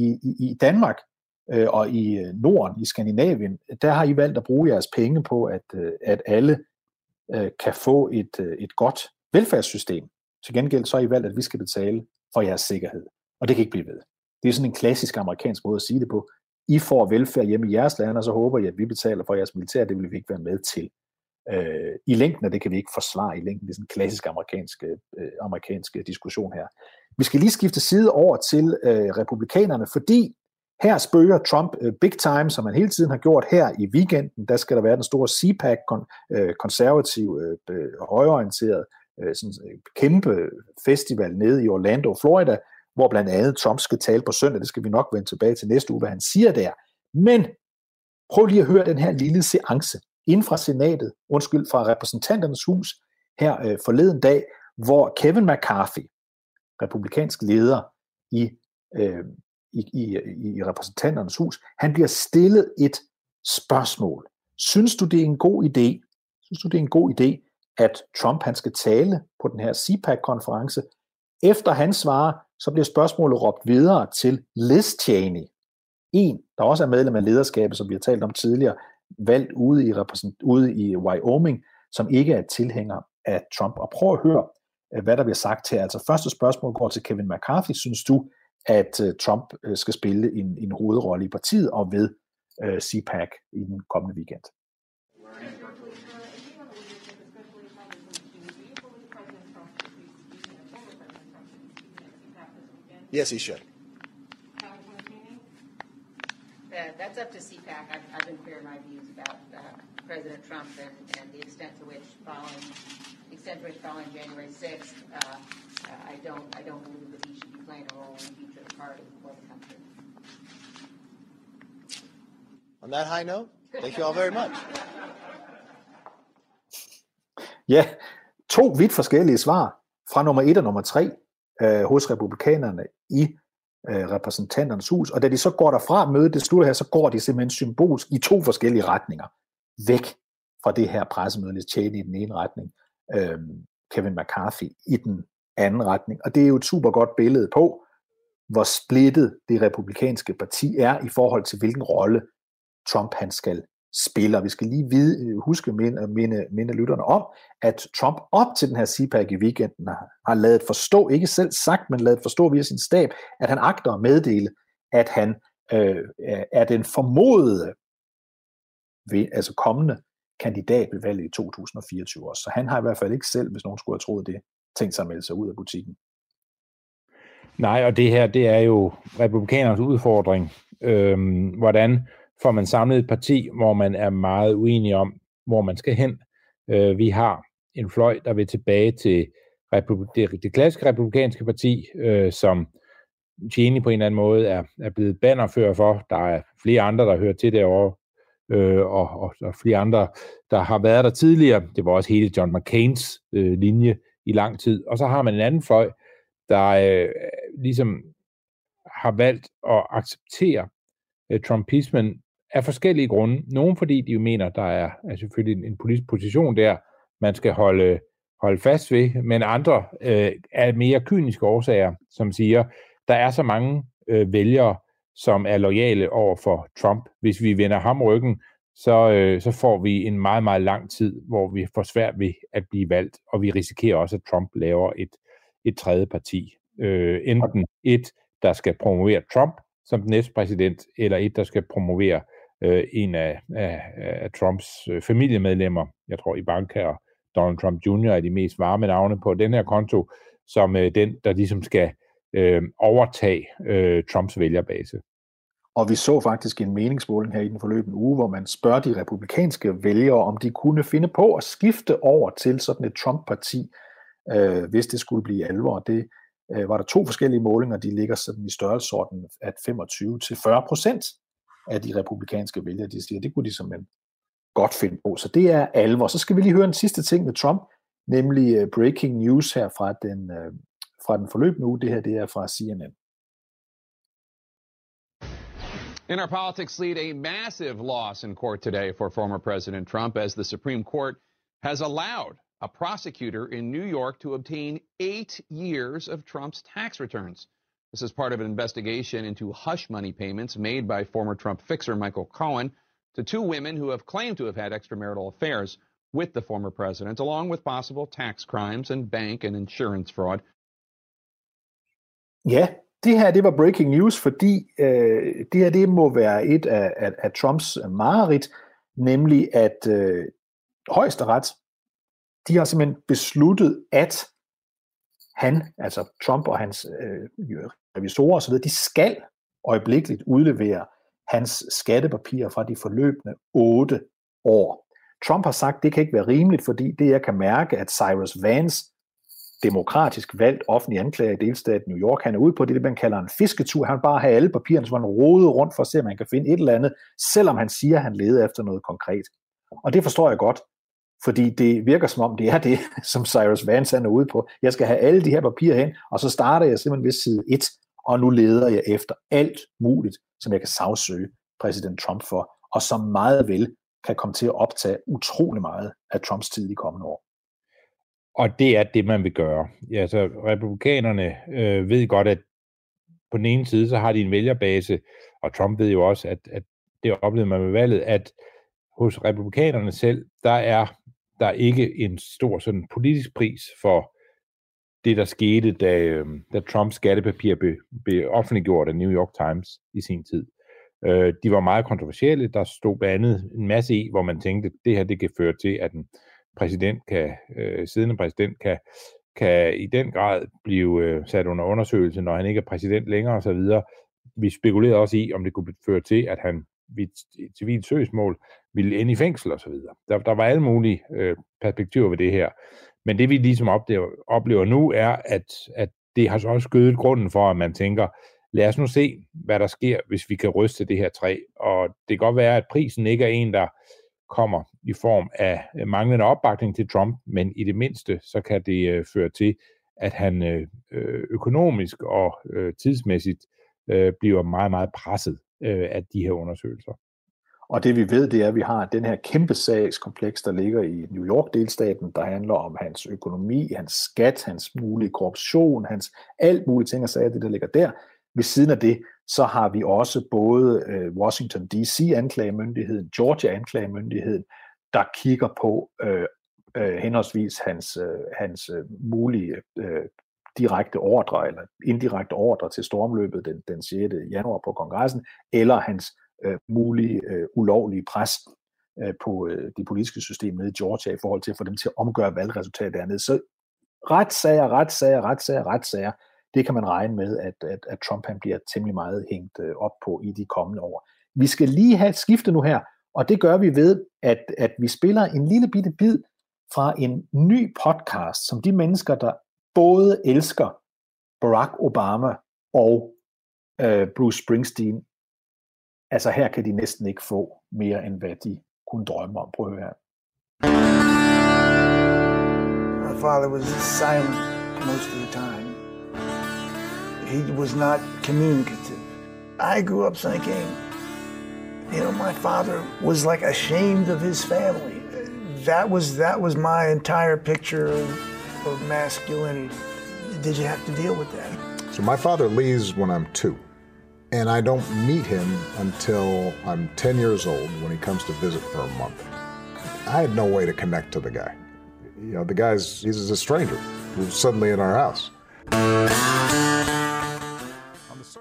i Danmark og i Norden, i Skandinavien, der har I valgt at bruge jeres penge på, at alle kan få et godt velfærdssystem. Til gengæld så har I valgt, at vi skal betale for jeres sikkerhed, og det kan ikke blive ved. Det er sådan en klassisk amerikansk måde at sige det på. I får velfærd hjemme i jeres lande, og så håber I, at vi betaler for jeres militær. Det vil vi ikke være med til. I længden, og det kan vi ikke forsvare i længden. Det er sådan en klassisk amerikansk diskussion her. Vi skal lige skifte side over til republikanerne, fordi her spøger Trump big time, som han hele tiden har gjort her i weekenden. Der skal der være den store CPAC, konservativ, højreorienteret, sådan kæmpe festival nede i Orlando, Florida, hvor blandt andet Trump skal tale på søndag. Det skal vi nok vende tilbage til næste uge, hvad han siger der. Men prøv lige at høre den her lille seance inden fra senatet, fra repræsentanternes hus her forleden dag, hvor Kevin McCarthy, republikansk leder i repræsentanternes hus, han bliver stillet et spørgsmål. Synes du, det er en god idé? At Trump han skal tale på den her CPAC-konference? Efter han svarer, så bliver spørgsmålet råbt videre til Liz Cheney, der også er medlem af lederskabet, som vi har talt om tidligere, valgt ude i Wyoming, som ikke er tilhænger af Trump. Og prøv at høre, hvad der bliver sagt her. Altså første spørgsmål går til Kevin McCarthy. Synes du, at Trump skal spille en hovedrolle i partiet og ved CPAC i den kommende weekend? Yes, he should. That's up to CPAC. I've been clear in my views about President Trump and the extent to which following January 6th, I don't believe that he should be playing a role in the future of the party or the country. On that high note, thank you all very much. Ja, 2 vidt forskellige svar fra nummer 1 og nummer 3 hos republikanerne i repræsentanternes hus, og da de så går derfra, mødet det slutter her, så går de simpelthen symbolsk i 2 forskellige retninger, væk fra det her pressemøde, Liz Cheney i den ene retning, Kevin McCarthy i den anden retning, og det er jo et super godt billede på, hvor splittet det republikanske parti er i forhold til, hvilken rolle Trump han skal spille. Vi skal lige huske minde lytterne om, at Trump op til den her CPAC i weekenden har ladet forstå, ikke selv sagt, men ladet forstå via sin stab, at han agter at meddele, at han er den formodede, altså kommende kandidat ved valget i 2024 også. Så han har i hvert fald ikke selv, hvis nogen skulle have troet det, tænkt sig at melde sig ud af butikken. Nej, og det her, det er jo republikanernes udfordring. Hvordan får man samlet et parti, hvor man er meget uenig om, hvor man skal hen. Vi har en fløj, der vil tilbage til det klassiske republikanske parti, som Cheney på en eller anden måde er blevet bannerfører for. Der er flere andre, der hører til derovre, og flere andre, der har været der tidligere. Det var også hele John McCains linje i lang tid. Og så har man en anden fløj, der ligesom har valgt at acceptere trumpismen af forskellige grunde. Nogle fordi de jo mener, der er selvfølgelig en politisk position der, man skal holde fast ved, men andre er mere kyniske årsager, som siger, der er så mange vælgere, som er loyale over for Trump. Hvis vi vender ham ryggen, så får vi en meget, meget lang tid, hvor vi får svært ved at blive valgt, og vi risikerer også, at Trump laver et tredje parti. Enten et der skal promovere Trump som den næste præsident, eller et, der skal promovere en af Trumps familiemedlemmer. Jeg tror, Ivanka og Donald Trump Jr. er de mest varme navne på den her konto, som den, der ligesom skal overtage Trumps vælgerbase. Og vi så faktisk en meningsmåling her i den forløbende uge, hvor man spørger de republikanske vælgere, om de kunne finde på at skifte over til sådan et Trump-parti, hvis det skulle blive alvor. Det var der 2 forskellige målinger, de ligger sådan i størrelsesorden at 25-40% af de republikanske vælgere, de siger, det kunne de simpelthen godt finde på. Så det er alvor. Så skal vi lige høre en sidste ting med Trump, nemlig breaking news her fra den forløbende uge. Det her, det er fra CNN. In our politics lead, a massive loss in court today for former President Trump as the Supreme Court has allowed a prosecutor in New York to obtain 8 years of Trump's tax returns. This is part of an investigation into hush money payments made by former Trump fixer Michael Cohen to 2 women who have claimed to have had extramarital affairs with the former president, along with possible tax crimes and bank and insurance fraud. Ja, det her, det var breaking news, fordi det her, det må være et af Trumps mareridt, nemlig at højesteret, de har simpelthen besluttet, at han, altså Trump og hans revisorer osv., de skal øjeblikkeligt udlevere hans skattepapirer fra de forløbende 8 år. Trump har sagt, at det kan ikke være rimeligt, fordi det jeg kan mærke, at Cyrus Vance, demokratisk valgt offentlig anklager i delstaten New York, han er ude på det, man kalder en fisketur. Han vil bare have alle papirerne, så han roder rundt for at se, om han kan finde et eller andet, selvom han siger, at han leder efter noget konkret. Og det forstår jeg godt, fordi det virker som om, det er det, som Cyrus Vance er ude på. Jeg skal have alle de her papirer hen, og så starter jeg simpelthen ved side 1, og nu leder jeg efter alt muligt, som jeg kan sagsøge præsident Trump for, og som meget vel kan komme til at optage utrolig meget af Trumps tid i de kommende år. Og det er det, man vil gøre. Ja, så republikanerne ved godt, at på den ene side, så har de en vælgerbase, og Trump ved jo også, at det oplevede man med valget, at hos republikanerne selv, der er der ikke en stor sådan politisk pris for det, der skete, da Trumps skattepapir blev offentliggjort af New York Times i sin tid. De var meget kontroversielle. Der stod blandt andet en masse i, hvor man tænkte, at det her det kan føre til, at en siddende præsident kan i den grad blive sat under undersøgelse, når han ikke er præsident længere osv. Vi spekulerede også i, om det kunne føre til, at han ved et civilt søgsmål ville ende i fængsel osv. Der var alle mulige perspektiver ved det her. Men det vi ligesom oplever nu er, at det har så også skødet grunden for, at man tænker, lad os nu se, hvad der sker, hvis vi kan ryste det her træ. Og det kan godt være, at prisen ikke er en, der kommer i form af manglende opbakning til Trump, men i det mindste, så kan det føre til, at han økonomisk og tidsmæssigt bliver meget, meget presset af de her undersøgelser. Og det vi ved, det er, at vi har den her kæmpe sagskompleks, der ligger i New York-delstaten, der handler om hans økonomi, hans skat, hans mulige korruption, hans alt mulige ting og sager, det der ligger der. Ved siden af det, så har vi også både Washington D.C.-anklagemyndigheden, Georgia-anklagemyndigheden, der kigger på henholdsvis hans mulige direkte ordre eller indirekte ordre til stormløbet den 6. januar på kongressen, eller hans mulige ulovlige pres på det politiske system nede i Georgia i forhold til at få dem til at omgøre valgresultatet dernede. Så retssager, det kan man regne med, at Trump han bliver temmelig meget hængt op på i de kommende år. Vi skal lige have et skifte nu her, og det gør vi ved, at vi spiller en lille bitte bid fra en ny podcast, som de mennesker, der både elsker Barack Obama og Bruce Springsteen, altså her kan de næsten ikke få mere, end hvad de kunne drømme om. Prøv at høre her. My father was silent most of the time. He was not communicative. I grew up thinking, my father was like ashamed of his family. That was my entire picture of masculinity. Did you have to deal with that? So my father leaves when I'm 2, and I don't meet him until I'm 10 years old when he comes to visit for a month. I had no way to connect to the guy. He's a stranger who's suddenly in our house.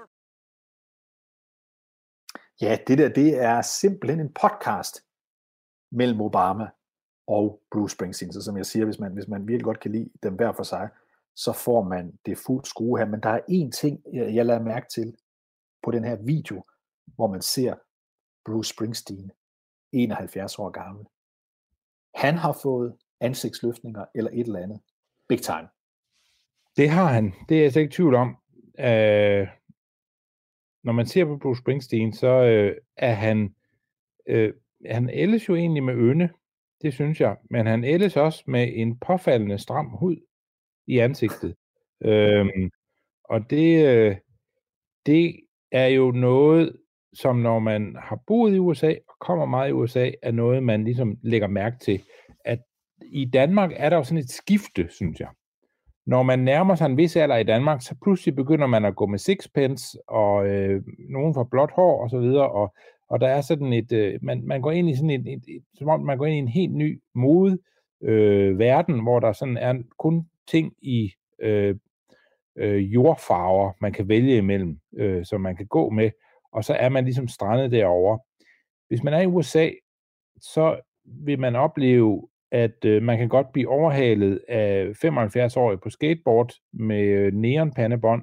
Ja, det er simpelthen en podcast mellem Obama og Bruce Springsteen. Så som jeg siger, hvis man virkelig godt kan lide dem hver for sig, så får man det fuldt skrue her. Men der er én ting, jeg lader mærke til på den her video, hvor man ser Bruce Springsteen, 71 år gammel. Han har fået ansigtsløftninger eller et eller andet. Big time. Det har han. Det er jeg slet ikke i tvivl om. Når man ser på Bruce Springsteen, så er han ældes jo egentlig med ynde. Det synes jeg. Men han ældes også med en påfaldende stram hud i ansigtet. Og det er jo noget, som når man har boet i USA og kommer meget i USA, er noget, man ligesom lægger mærke til. At i Danmark er der jo sådan et skifte, synes jeg. Når man nærmer sig en vis alder i Danmark, så pludselig begynder man at gå med sixpence, og nogen får blåt hår og så videre, og der er sådan et, man går ind i sådan som om man går ind i en helt ny mode verden, hvor der sådan er kun ting i jordfarver, man kan vælge imellem, som man kan gå med, og så er man ligesom strandet derovre. Hvis man er i USA, så vil man opleve, at man kan godt blive overhalet af 75-årige på skateboard med neonpandebånd,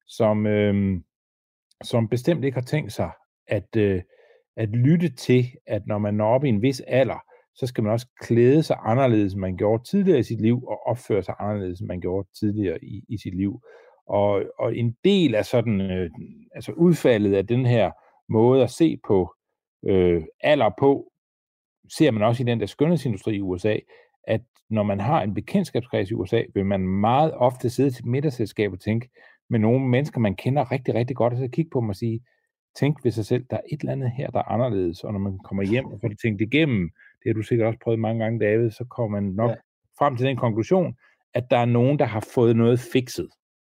som bestemt ikke har tænkt sig at lytte til, at når man når op i en vis alder, så skal man også klæde sig anderledes, end man gjorde tidligere i sit liv, og opføre sig anderledes, end man gjorde tidligere i sit liv. Og en del af sådan, altså udfaldet af den her måde at se på alder på, ser man også i den der skønhedsindustri i USA, at når man har en bekendtskabskreds i USA, vil man meget ofte sidde til et middagsselskab og tænke med nogle mennesker, man kender rigtig, rigtig godt, og så kigge på dem og sige, tænk ved sig selv, der er et eller andet her, der er anderledes, og når man kommer hjem og får det tænkt igennem, det har du sikkert også prøvet mange gange, David, så kommer man nok frem til den konklusion, at der er nogen, der har fået noget fikset.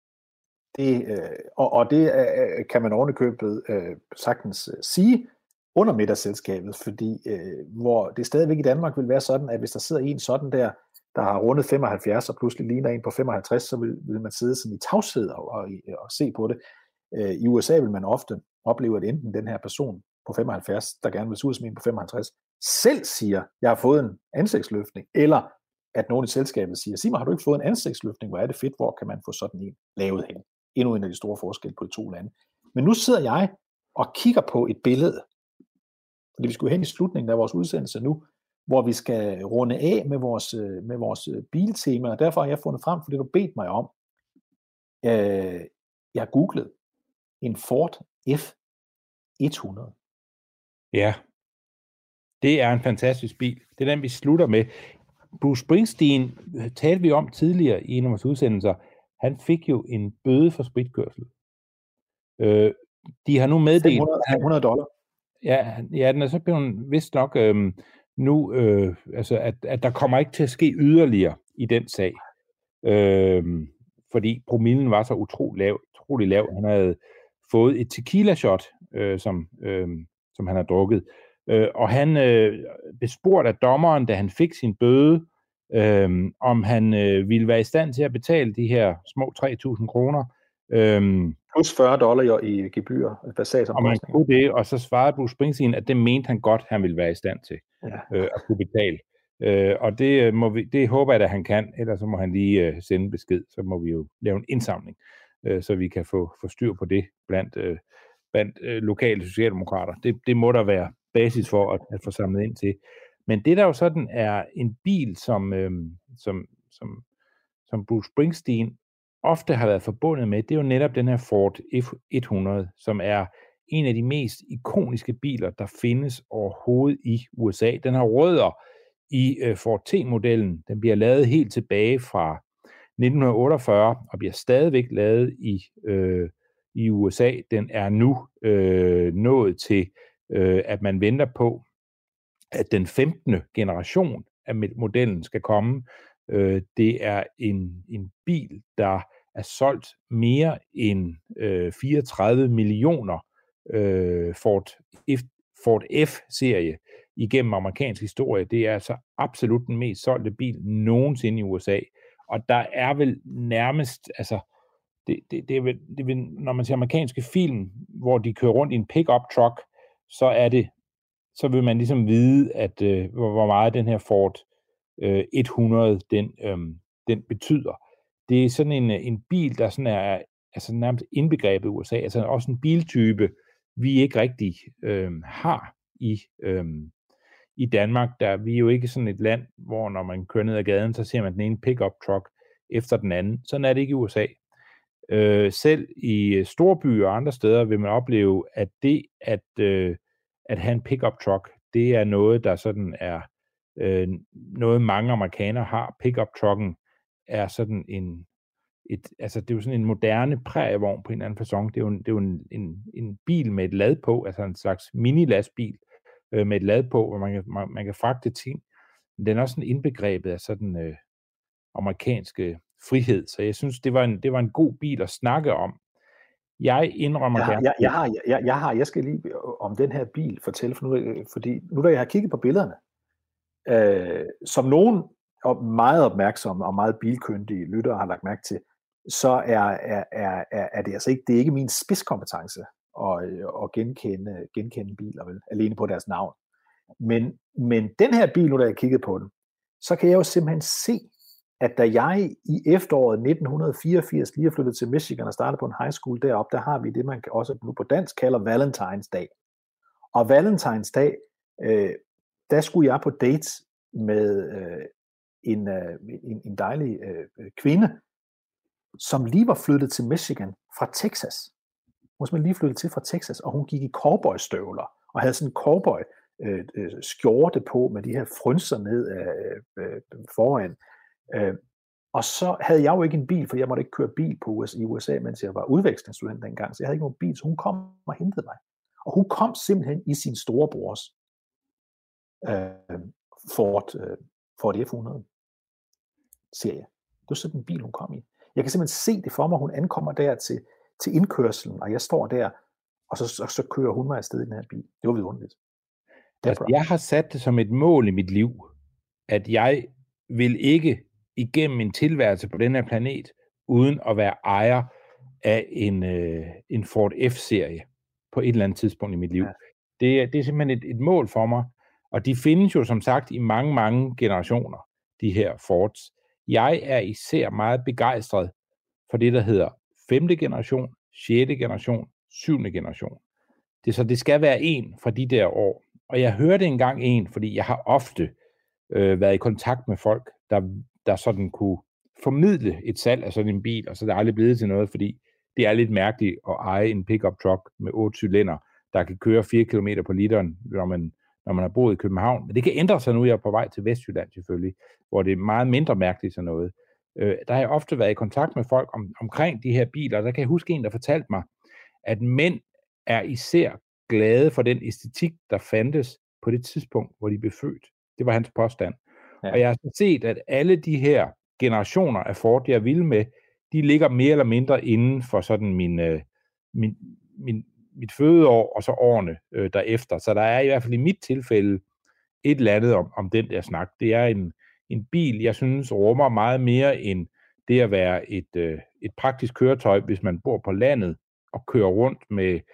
Det kan man ovenikøbet sagtens sige under middagsselskabet, fordi hvor det stadigvæk i Danmark vil være sådan, at hvis der sidder en sådan der har rundet 75 og pludselig ligner en på 55, så vil man sidde sådan i tavshed og se på det. I USA vil man ofte opleve, at enten den her person på 75, der gerne vil se ud som en på 55, selv siger, jeg har fået en ansigtsløftning, eller at nogen i selskabet siger, sig mig, har du ikke fået en ansigtsløftning, hvor er det fedt, hvor kan man få sådan en lavet hen? Endnu en af de store forskelle på de to lande. Men nu sidder jeg og kigger på et billede, fordi vi skulle hen i slutningen af vores udsendelse nu, hvor vi skal runde af med vores biltema, og derfor har jeg fundet frem for det, du bedte mig om. Jeg har googlet en Ford F100. Ja, det er en fantastisk bil. Det er den, vi slutter med. Bruce Springsteen talte vi om tidligere i en af vores udsendelser. Han fik jo en bøde for spritkørsel. De har nu meddelt... $500. Ja, den er så blevet vist nok nu, altså at der kommer ikke til at ske yderligere i den sag. Fordi promillen var så utrolig lav. Han havde fået et tequila shot, som han har drukket. Og han bespurgte af dommeren, da han fik sin bøde, om han ville være i stand til at betale de her små 3.000 kroner. Plus $40 i gebyr. Og man kunne det, og så svarede Bruce Springsteen, at det mente han godt, han ville være i stand til at kunne betale. Og det håber jeg, at han kan, ellers så må han lige sende besked, så må vi jo lave en indsamling, så vi kan få styr på det blandt lokale socialdemokrater. Det må der være basis for at få samlet ind til. Men det der jo sådan er en bil, som Bruce Springsteen ofte har været forbundet med, det er jo netop den her Ford F100, som er en af de mest ikoniske biler, der findes overhovedet i USA. Den har rødder i Ford T-modellen. Den bliver lavet helt tilbage fra 1948 og bliver stadigvæk lavet i USA. Den er nu nået til, at man venter på, at den 15. generation af modellen skal komme. Det er en bil, der er solgt mere end 34 millioner Ford F-serie igennem amerikansk historie. Det er altså absolut den mest solgte bil nogensinde i USA. Og der er vel nærmest, altså, det er vel, når man ser amerikanske film, hvor de kører rundt i en pick-up truck, så vil man ligesom vide, at hvor meget den her Ford 100, den betyder. Det er sådan en bil, der sådan er altså nærmest indbegrebet i USA, altså også en biltype, vi ikke rigtig har i Danmark. Vi er jo ikke sådan et land, hvor når man kører ned ad gaden, så ser man den ene pickup truck efter den anden. Sådan er det ikke i USA. Selv i storbyer og andre steder vil man opleve, at det at have en pickup truck, det er noget, der sådan er noget mange amerikanere har. Pickup trucken er sådan altså det er jo sådan en moderne prærievogn på en eller anden facon. Det er jo en bil med et lad på, altså en slags mini-lastbil med et lad på, hvor man kan fragte ting. Men den er også sådan indbegrebet af sådan amerikanske frihed, så jeg synes, det var en god bil at snakke om. Jeg indrømmer gerne. Jeg skal lige om den her bil fortælle, fordi nu da jeg har kigget på billederne, som nogen meget opmærksomme og meget bilkyndige lyttere har lagt mærke til, så er det altså ikke, det er ikke min spidskompetence at genkende biler, vel, alene på deres navn. Men den her bil, nu da jeg kiggede på den, så kan jeg jo simpelthen se, at da jeg i efteråret 1984 lige er flyttet til Michigan og startede på en high school deroppe, der har vi det, man også nu på dansk kalder Valentine's Dag. Og Valentine's Dag, der skulle jeg på dates med en dejlig kvinde, som lige var flyttet til Michigan fra Texas. Hun var lige flyttet til fra Texas, og hun gik i cowboystøvler og havde sådan en cowboy skjorte på med de her frynser ned foran. Og så havde jeg jo ikke en bil, for jeg måtte ikke køre bil i USA, mens jeg var udvekslingsstudent dengang, så jeg havde ikke nogen bil, så hun kom og hentede mig. Og hun kom simpelthen i sin storebrors Ford F100 serie. Det var sådan en bil, hun kom i. Jeg kan simpelthen se det for mig, hun ankommer der til indkørselen, og jeg står der, og så kører hun mig afsted i den her bil. Det var vidunderligt. Altså, jeg har sat det som et mål i mit liv, at jeg vil ikke igennem en tilværelse på den her planet, uden at være ejer af en Ford F-serie på et eller andet tidspunkt i mit liv. Ja. Det er simpelthen et mål for mig, og de findes jo som sagt i mange, mange generationer, de her Fords. Jeg er især meget begejstret for det, der hedder 5. generation, 6. generation, 7. generation. Det skal være en fra de der år. Og jeg hørte engang en, fordi jeg har ofte været i kontakt med folk, der sådan kunne formidle et salg af sådan en bil, og så er det aldrig blevet til noget, fordi det er lidt mærkeligt at eje en pickup truck med 8 cylinder, der kan køre 4 km på literen, når man har boet i København. Men det kan ændre sig nu, jeg er på vej til Vestjylland selvfølgelig, hvor det er meget mindre mærkeligt sådan noget. Der har jeg ofte været i kontakt med folk omkring de her biler, og der kan jeg huske en, der fortalte mig, at mænd er især glade for den æstetik, der fandtes på det tidspunkt, hvor de blev født. Det var hans påstand. Ja. Og jeg har set, at alle de her generationer af Ford, jeg er vilde med, de ligger mere eller mindre inden for sådan mit fødeår, og så årene derefter. Så der er i hvert fald i mit tilfælde et eller andet om den der snak. Det er en bil, jeg synes rummer meget mere end det at være et praktisk køretøj, hvis man bor på landet og kører rundt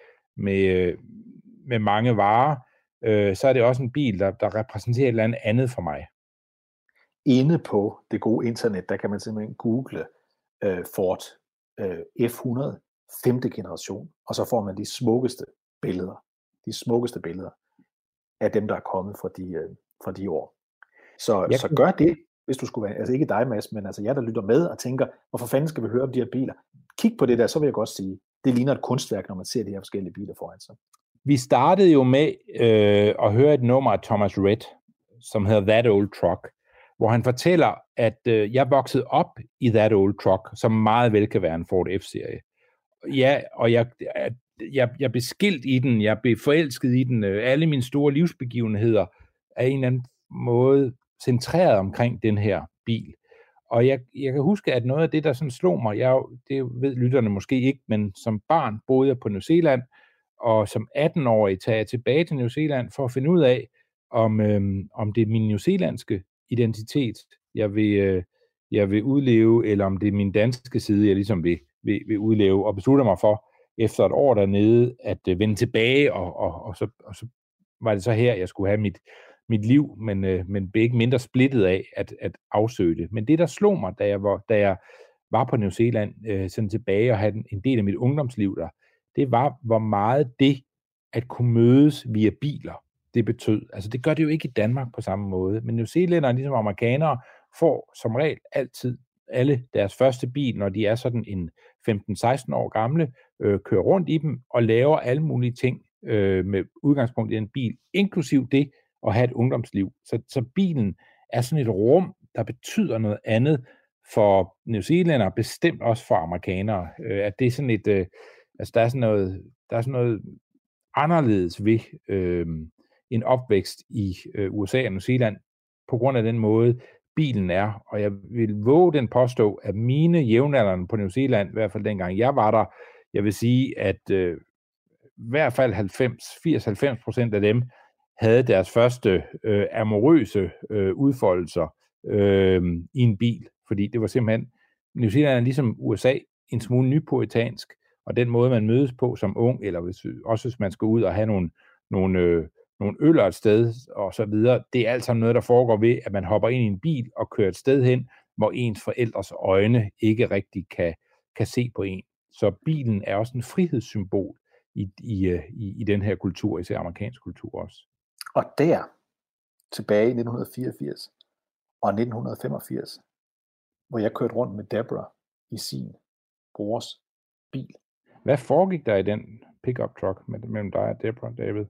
med mange varer. Så er det også en bil, der repræsenterer et eller andet for mig. Inde på det gode internet, der kan man simpelthen google Ford F100 5. generation, og så får man de smukkeste billeder af dem, der er kommet fra de år. Så gør det, hvis du skulle være, altså ikke dig, Mads, men altså jer, der lytter med og tænker, hvorfor fanden skal vi høre om de her biler? Kig på det der, så vil jeg godt sige, det ligner et kunstværk, når man ser de her forskellige biler foran sig. Vi startede jo med at høre et nummer af Thomas Rhett, som hedder That Old Truck, hvor han fortæller, at jeg voksede op i That Old Truck, som meget vel kan være en Ford F-serie. Ja, og jeg blev skilt i den, jeg blev forelsket i den, alle mine store livsbegivenheder er en eller anden måde centreret omkring den her bil. Og jeg kan huske, at noget af det, der sådan slog mig, det ved lytterne måske ikke, men som barn boede jeg på New Zealand, og som 18-årig tager jeg tilbage til New Zealand for at finde ud af, om det er min newzealandske identitet, jeg vil udleve, eller om det er min danske side, jeg ligesom vil udleve, og beslutter mig for, efter et år dernede, at vende tilbage, og så var det så her, jeg skulle have mit liv, men blev ikke mindre splittet af at afsøge det. Men det, der slog mig, da jeg var på New Zealand, sådan tilbage og havde en del af mit ungdomsliv der, det var, hvor meget det at kunne mødes via biler, det betød. Altså det gør det jo ikke i Danmark på samme måde, men New Zealandere, ligesom amerikanere, får som regel altid alle deres første bil, når de er sådan en 15-16 år gamle, kører rundt i dem og laver alle mulige ting med udgangspunkt i en bil, inklusiv det at have et ungdomsliv. Så bilen er sådan et rum, der betyder noget andet for New Zealandere, bestemt også for amerikanere. At det er sådan et, altså der er sådan noget anderledes ved en opvækst i USA og New Zealand, på grund af den måde, bilen er. Og jeg vil våge den påstå, at mine jævnaldrende på New Zealand, i hvert fald dengang jeg var der, jeg vil sige, at i hvert fald 80-90% af dem havde deres første amorøse udfoldelser i en bil. Fordi det var simpelthen, New Zealand er ligesom USA, en smule nypuritansk, og den måde, man mødes på som ung, eller hvis man skal ud og have nogle øller et sted, og så videre, det er alt sammen noget, der foregår ved, at man hopper ind i en bil og kører et sted hen, hvor ens forældres øjne ikke rigtig kan se på en. Så bilen er også en frihedssymbol i den her kultur, især amerikansk kultur også. Og der, tilbage i 1984 og 1985, hvor jeg kørte rundt med Deborah i sin brors bil. Hvad foregik der i den pickup truck mellem dig og Deborah, David?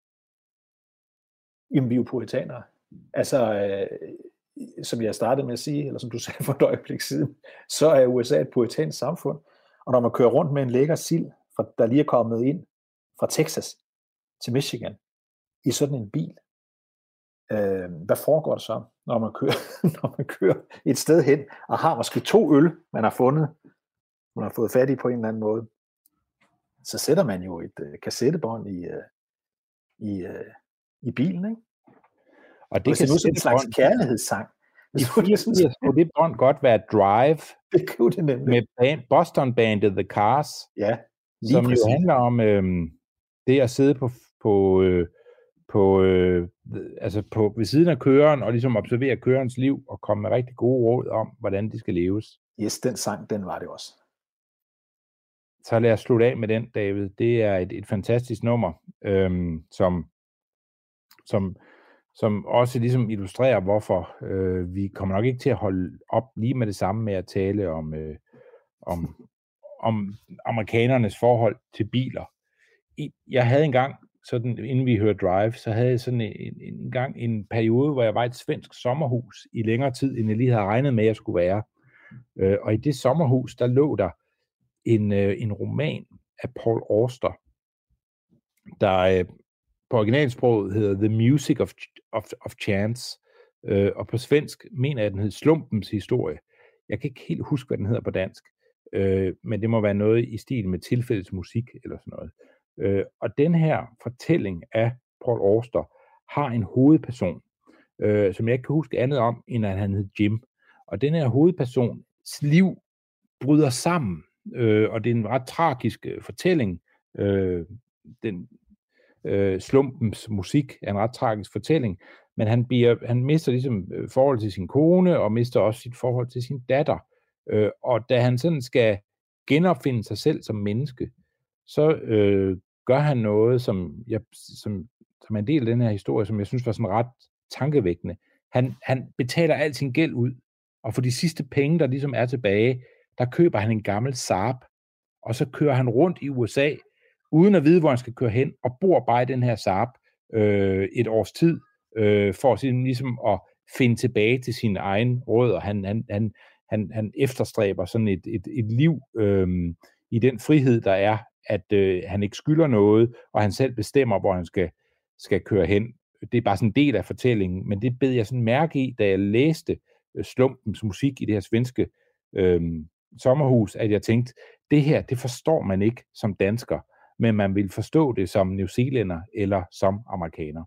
Jamen, vi er jo puritanere. Altså, som jeg startede med at sige, eller som du sagde for et øjeblik siden, så er USA et puritansk samfund. Og når man kører rundt med en lækker sild, der lige er kommet ind fra Texas til Michigan, i sådan en bil, hvad foregår der så, når man kører et sted hen, og har måske 2 øl, man har fået fat i på en eller anden måde, så sætter man jo et kassettebånd i bilen, ikke? Og det kan nu en slags kærlighedssang. Kunne det bånd godt være Drive? Det kunne det nemlig. Med Boston-bandet The Cars, ja, som præcis. Jo handler om det at sidde ved siden af køreren og ligesom observere kørerens liv og komme med rigtig gode råd om, hvordan det skal leves. Yes, den sang, den var det også. Så lad os slutte af med den, David. Det er et fantastisk nummer, som også ligesom illustrerer, hvorfor vi kommer nok ikke til at holde op lige med det samme med at tale om amerikanernes forhold til biler. Jeg havde engang, sådan, inden vi hørte Drive, så havde jeg sådan en periode, hvor jeg var i et svensk sommerhus i længere tid, end jeg lige havde regnet med, at jeg skulle være. Og i det sommerhus, der lå der en roman af Paul Auster, der på originalsproget hedder The Music of Chance, og på svensk mener jeg, at den hed Slumpens historie. Jeg kan ikke helt huske, hvad den hedder på dansk, men det må være noget i stil med tilfældets musik eller sådan noget. Og den her fortælling af Paul Auster har en hovedperson, som jeg ikke kan huske andet om, end at han hed Jim. Og den her hovedpersons liv bryder sammen, og det er en ret tragisk fortælling. Slumpens musik er en ret tragisk fortælling, men han mister ligesom forhold til sin kone, og mister også sit forhold til sin datter. Og da han sådan skal genopfinde sig selv som menneske, så gør han noget, som er en del af den her historie, som jeg synes var sådan ret tankevækkende. Han betaler al sin gæld ud, og for de sidste penge, der ligesom er tilbage, der køber han en gammel Saab, og så kører han rundt i USA, uden at vide, hvor han skal køre hen, og bor bare i den her Saab et års tid, for ligesom at finde tilbage til sine egne rødder. Han efterstræber sådan et liv i den frihed, der er, at han ikke skylder noget, og han selv bestemmer, hvor han skal køre hen. Det er bare sådan en del af fortællingen, men det bed jeg sådan mærke i, da jeg læste Slumpens musik i det her svenske sommerhus, at jeg tænkte, det her, det forstår man ikke som dansker, men man vil forstå det som New Zealander eller som amerikaner.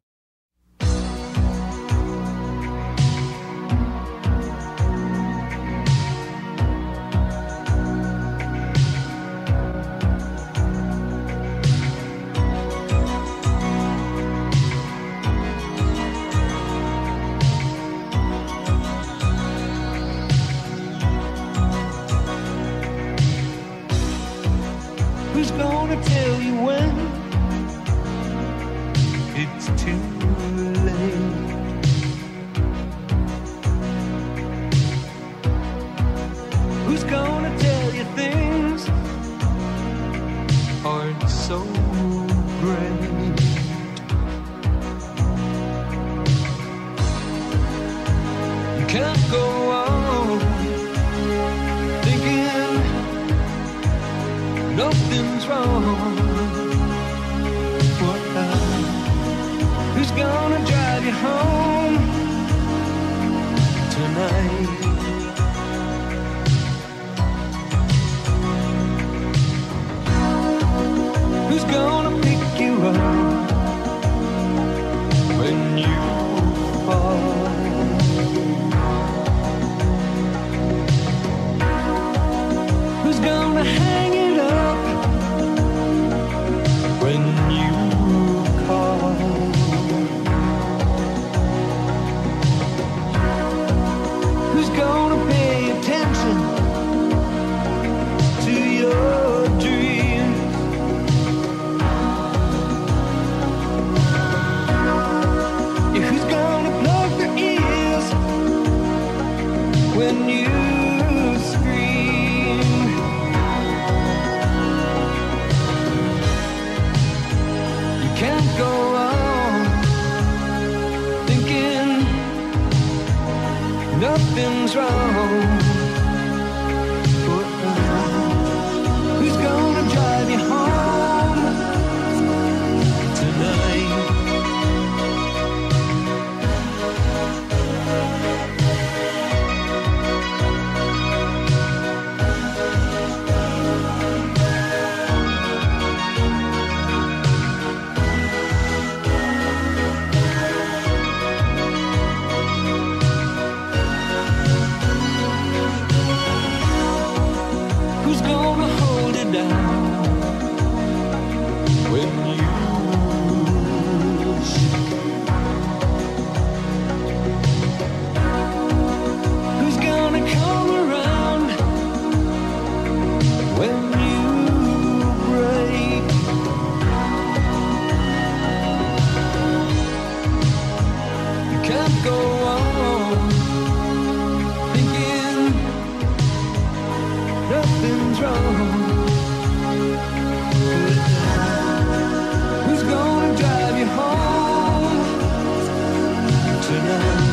it's too late. Who's gonna tell you things aren't so great? You can't go on thinking nothing's wrong. Who's gonna drive you home tonight? Who's gonna pick you up when you fall? Who's gonna hang it up when you call? Who's gonna pay attention to your dreams? Yeah, who's gonna plug their ears when you scream? You can't go on thinking nothing's wrong. Who's gonna drive you home tonight? Who's gonna hold it down when you shake? Who's gonna come around when you break? You can't go on thinking nothing's wrong. Who's gonna drive you home tonight?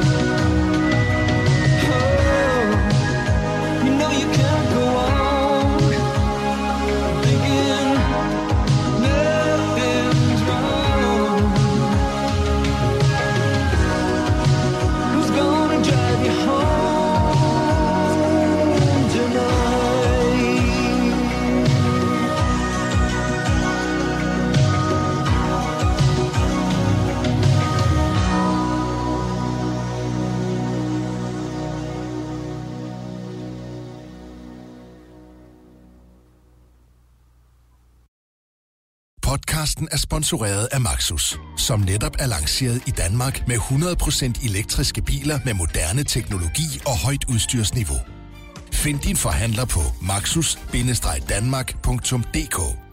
Oh, you know you can't go on thinking nothing's wrong. Who's gonna drive you home tonight? Podcasten er sponsoreret af Maxus, som netop er lanceret i Danmark med 100% elektriske biler med moderne teknologi og højt udstyrsniveau. Find din forhandler på maxus-danmark.dk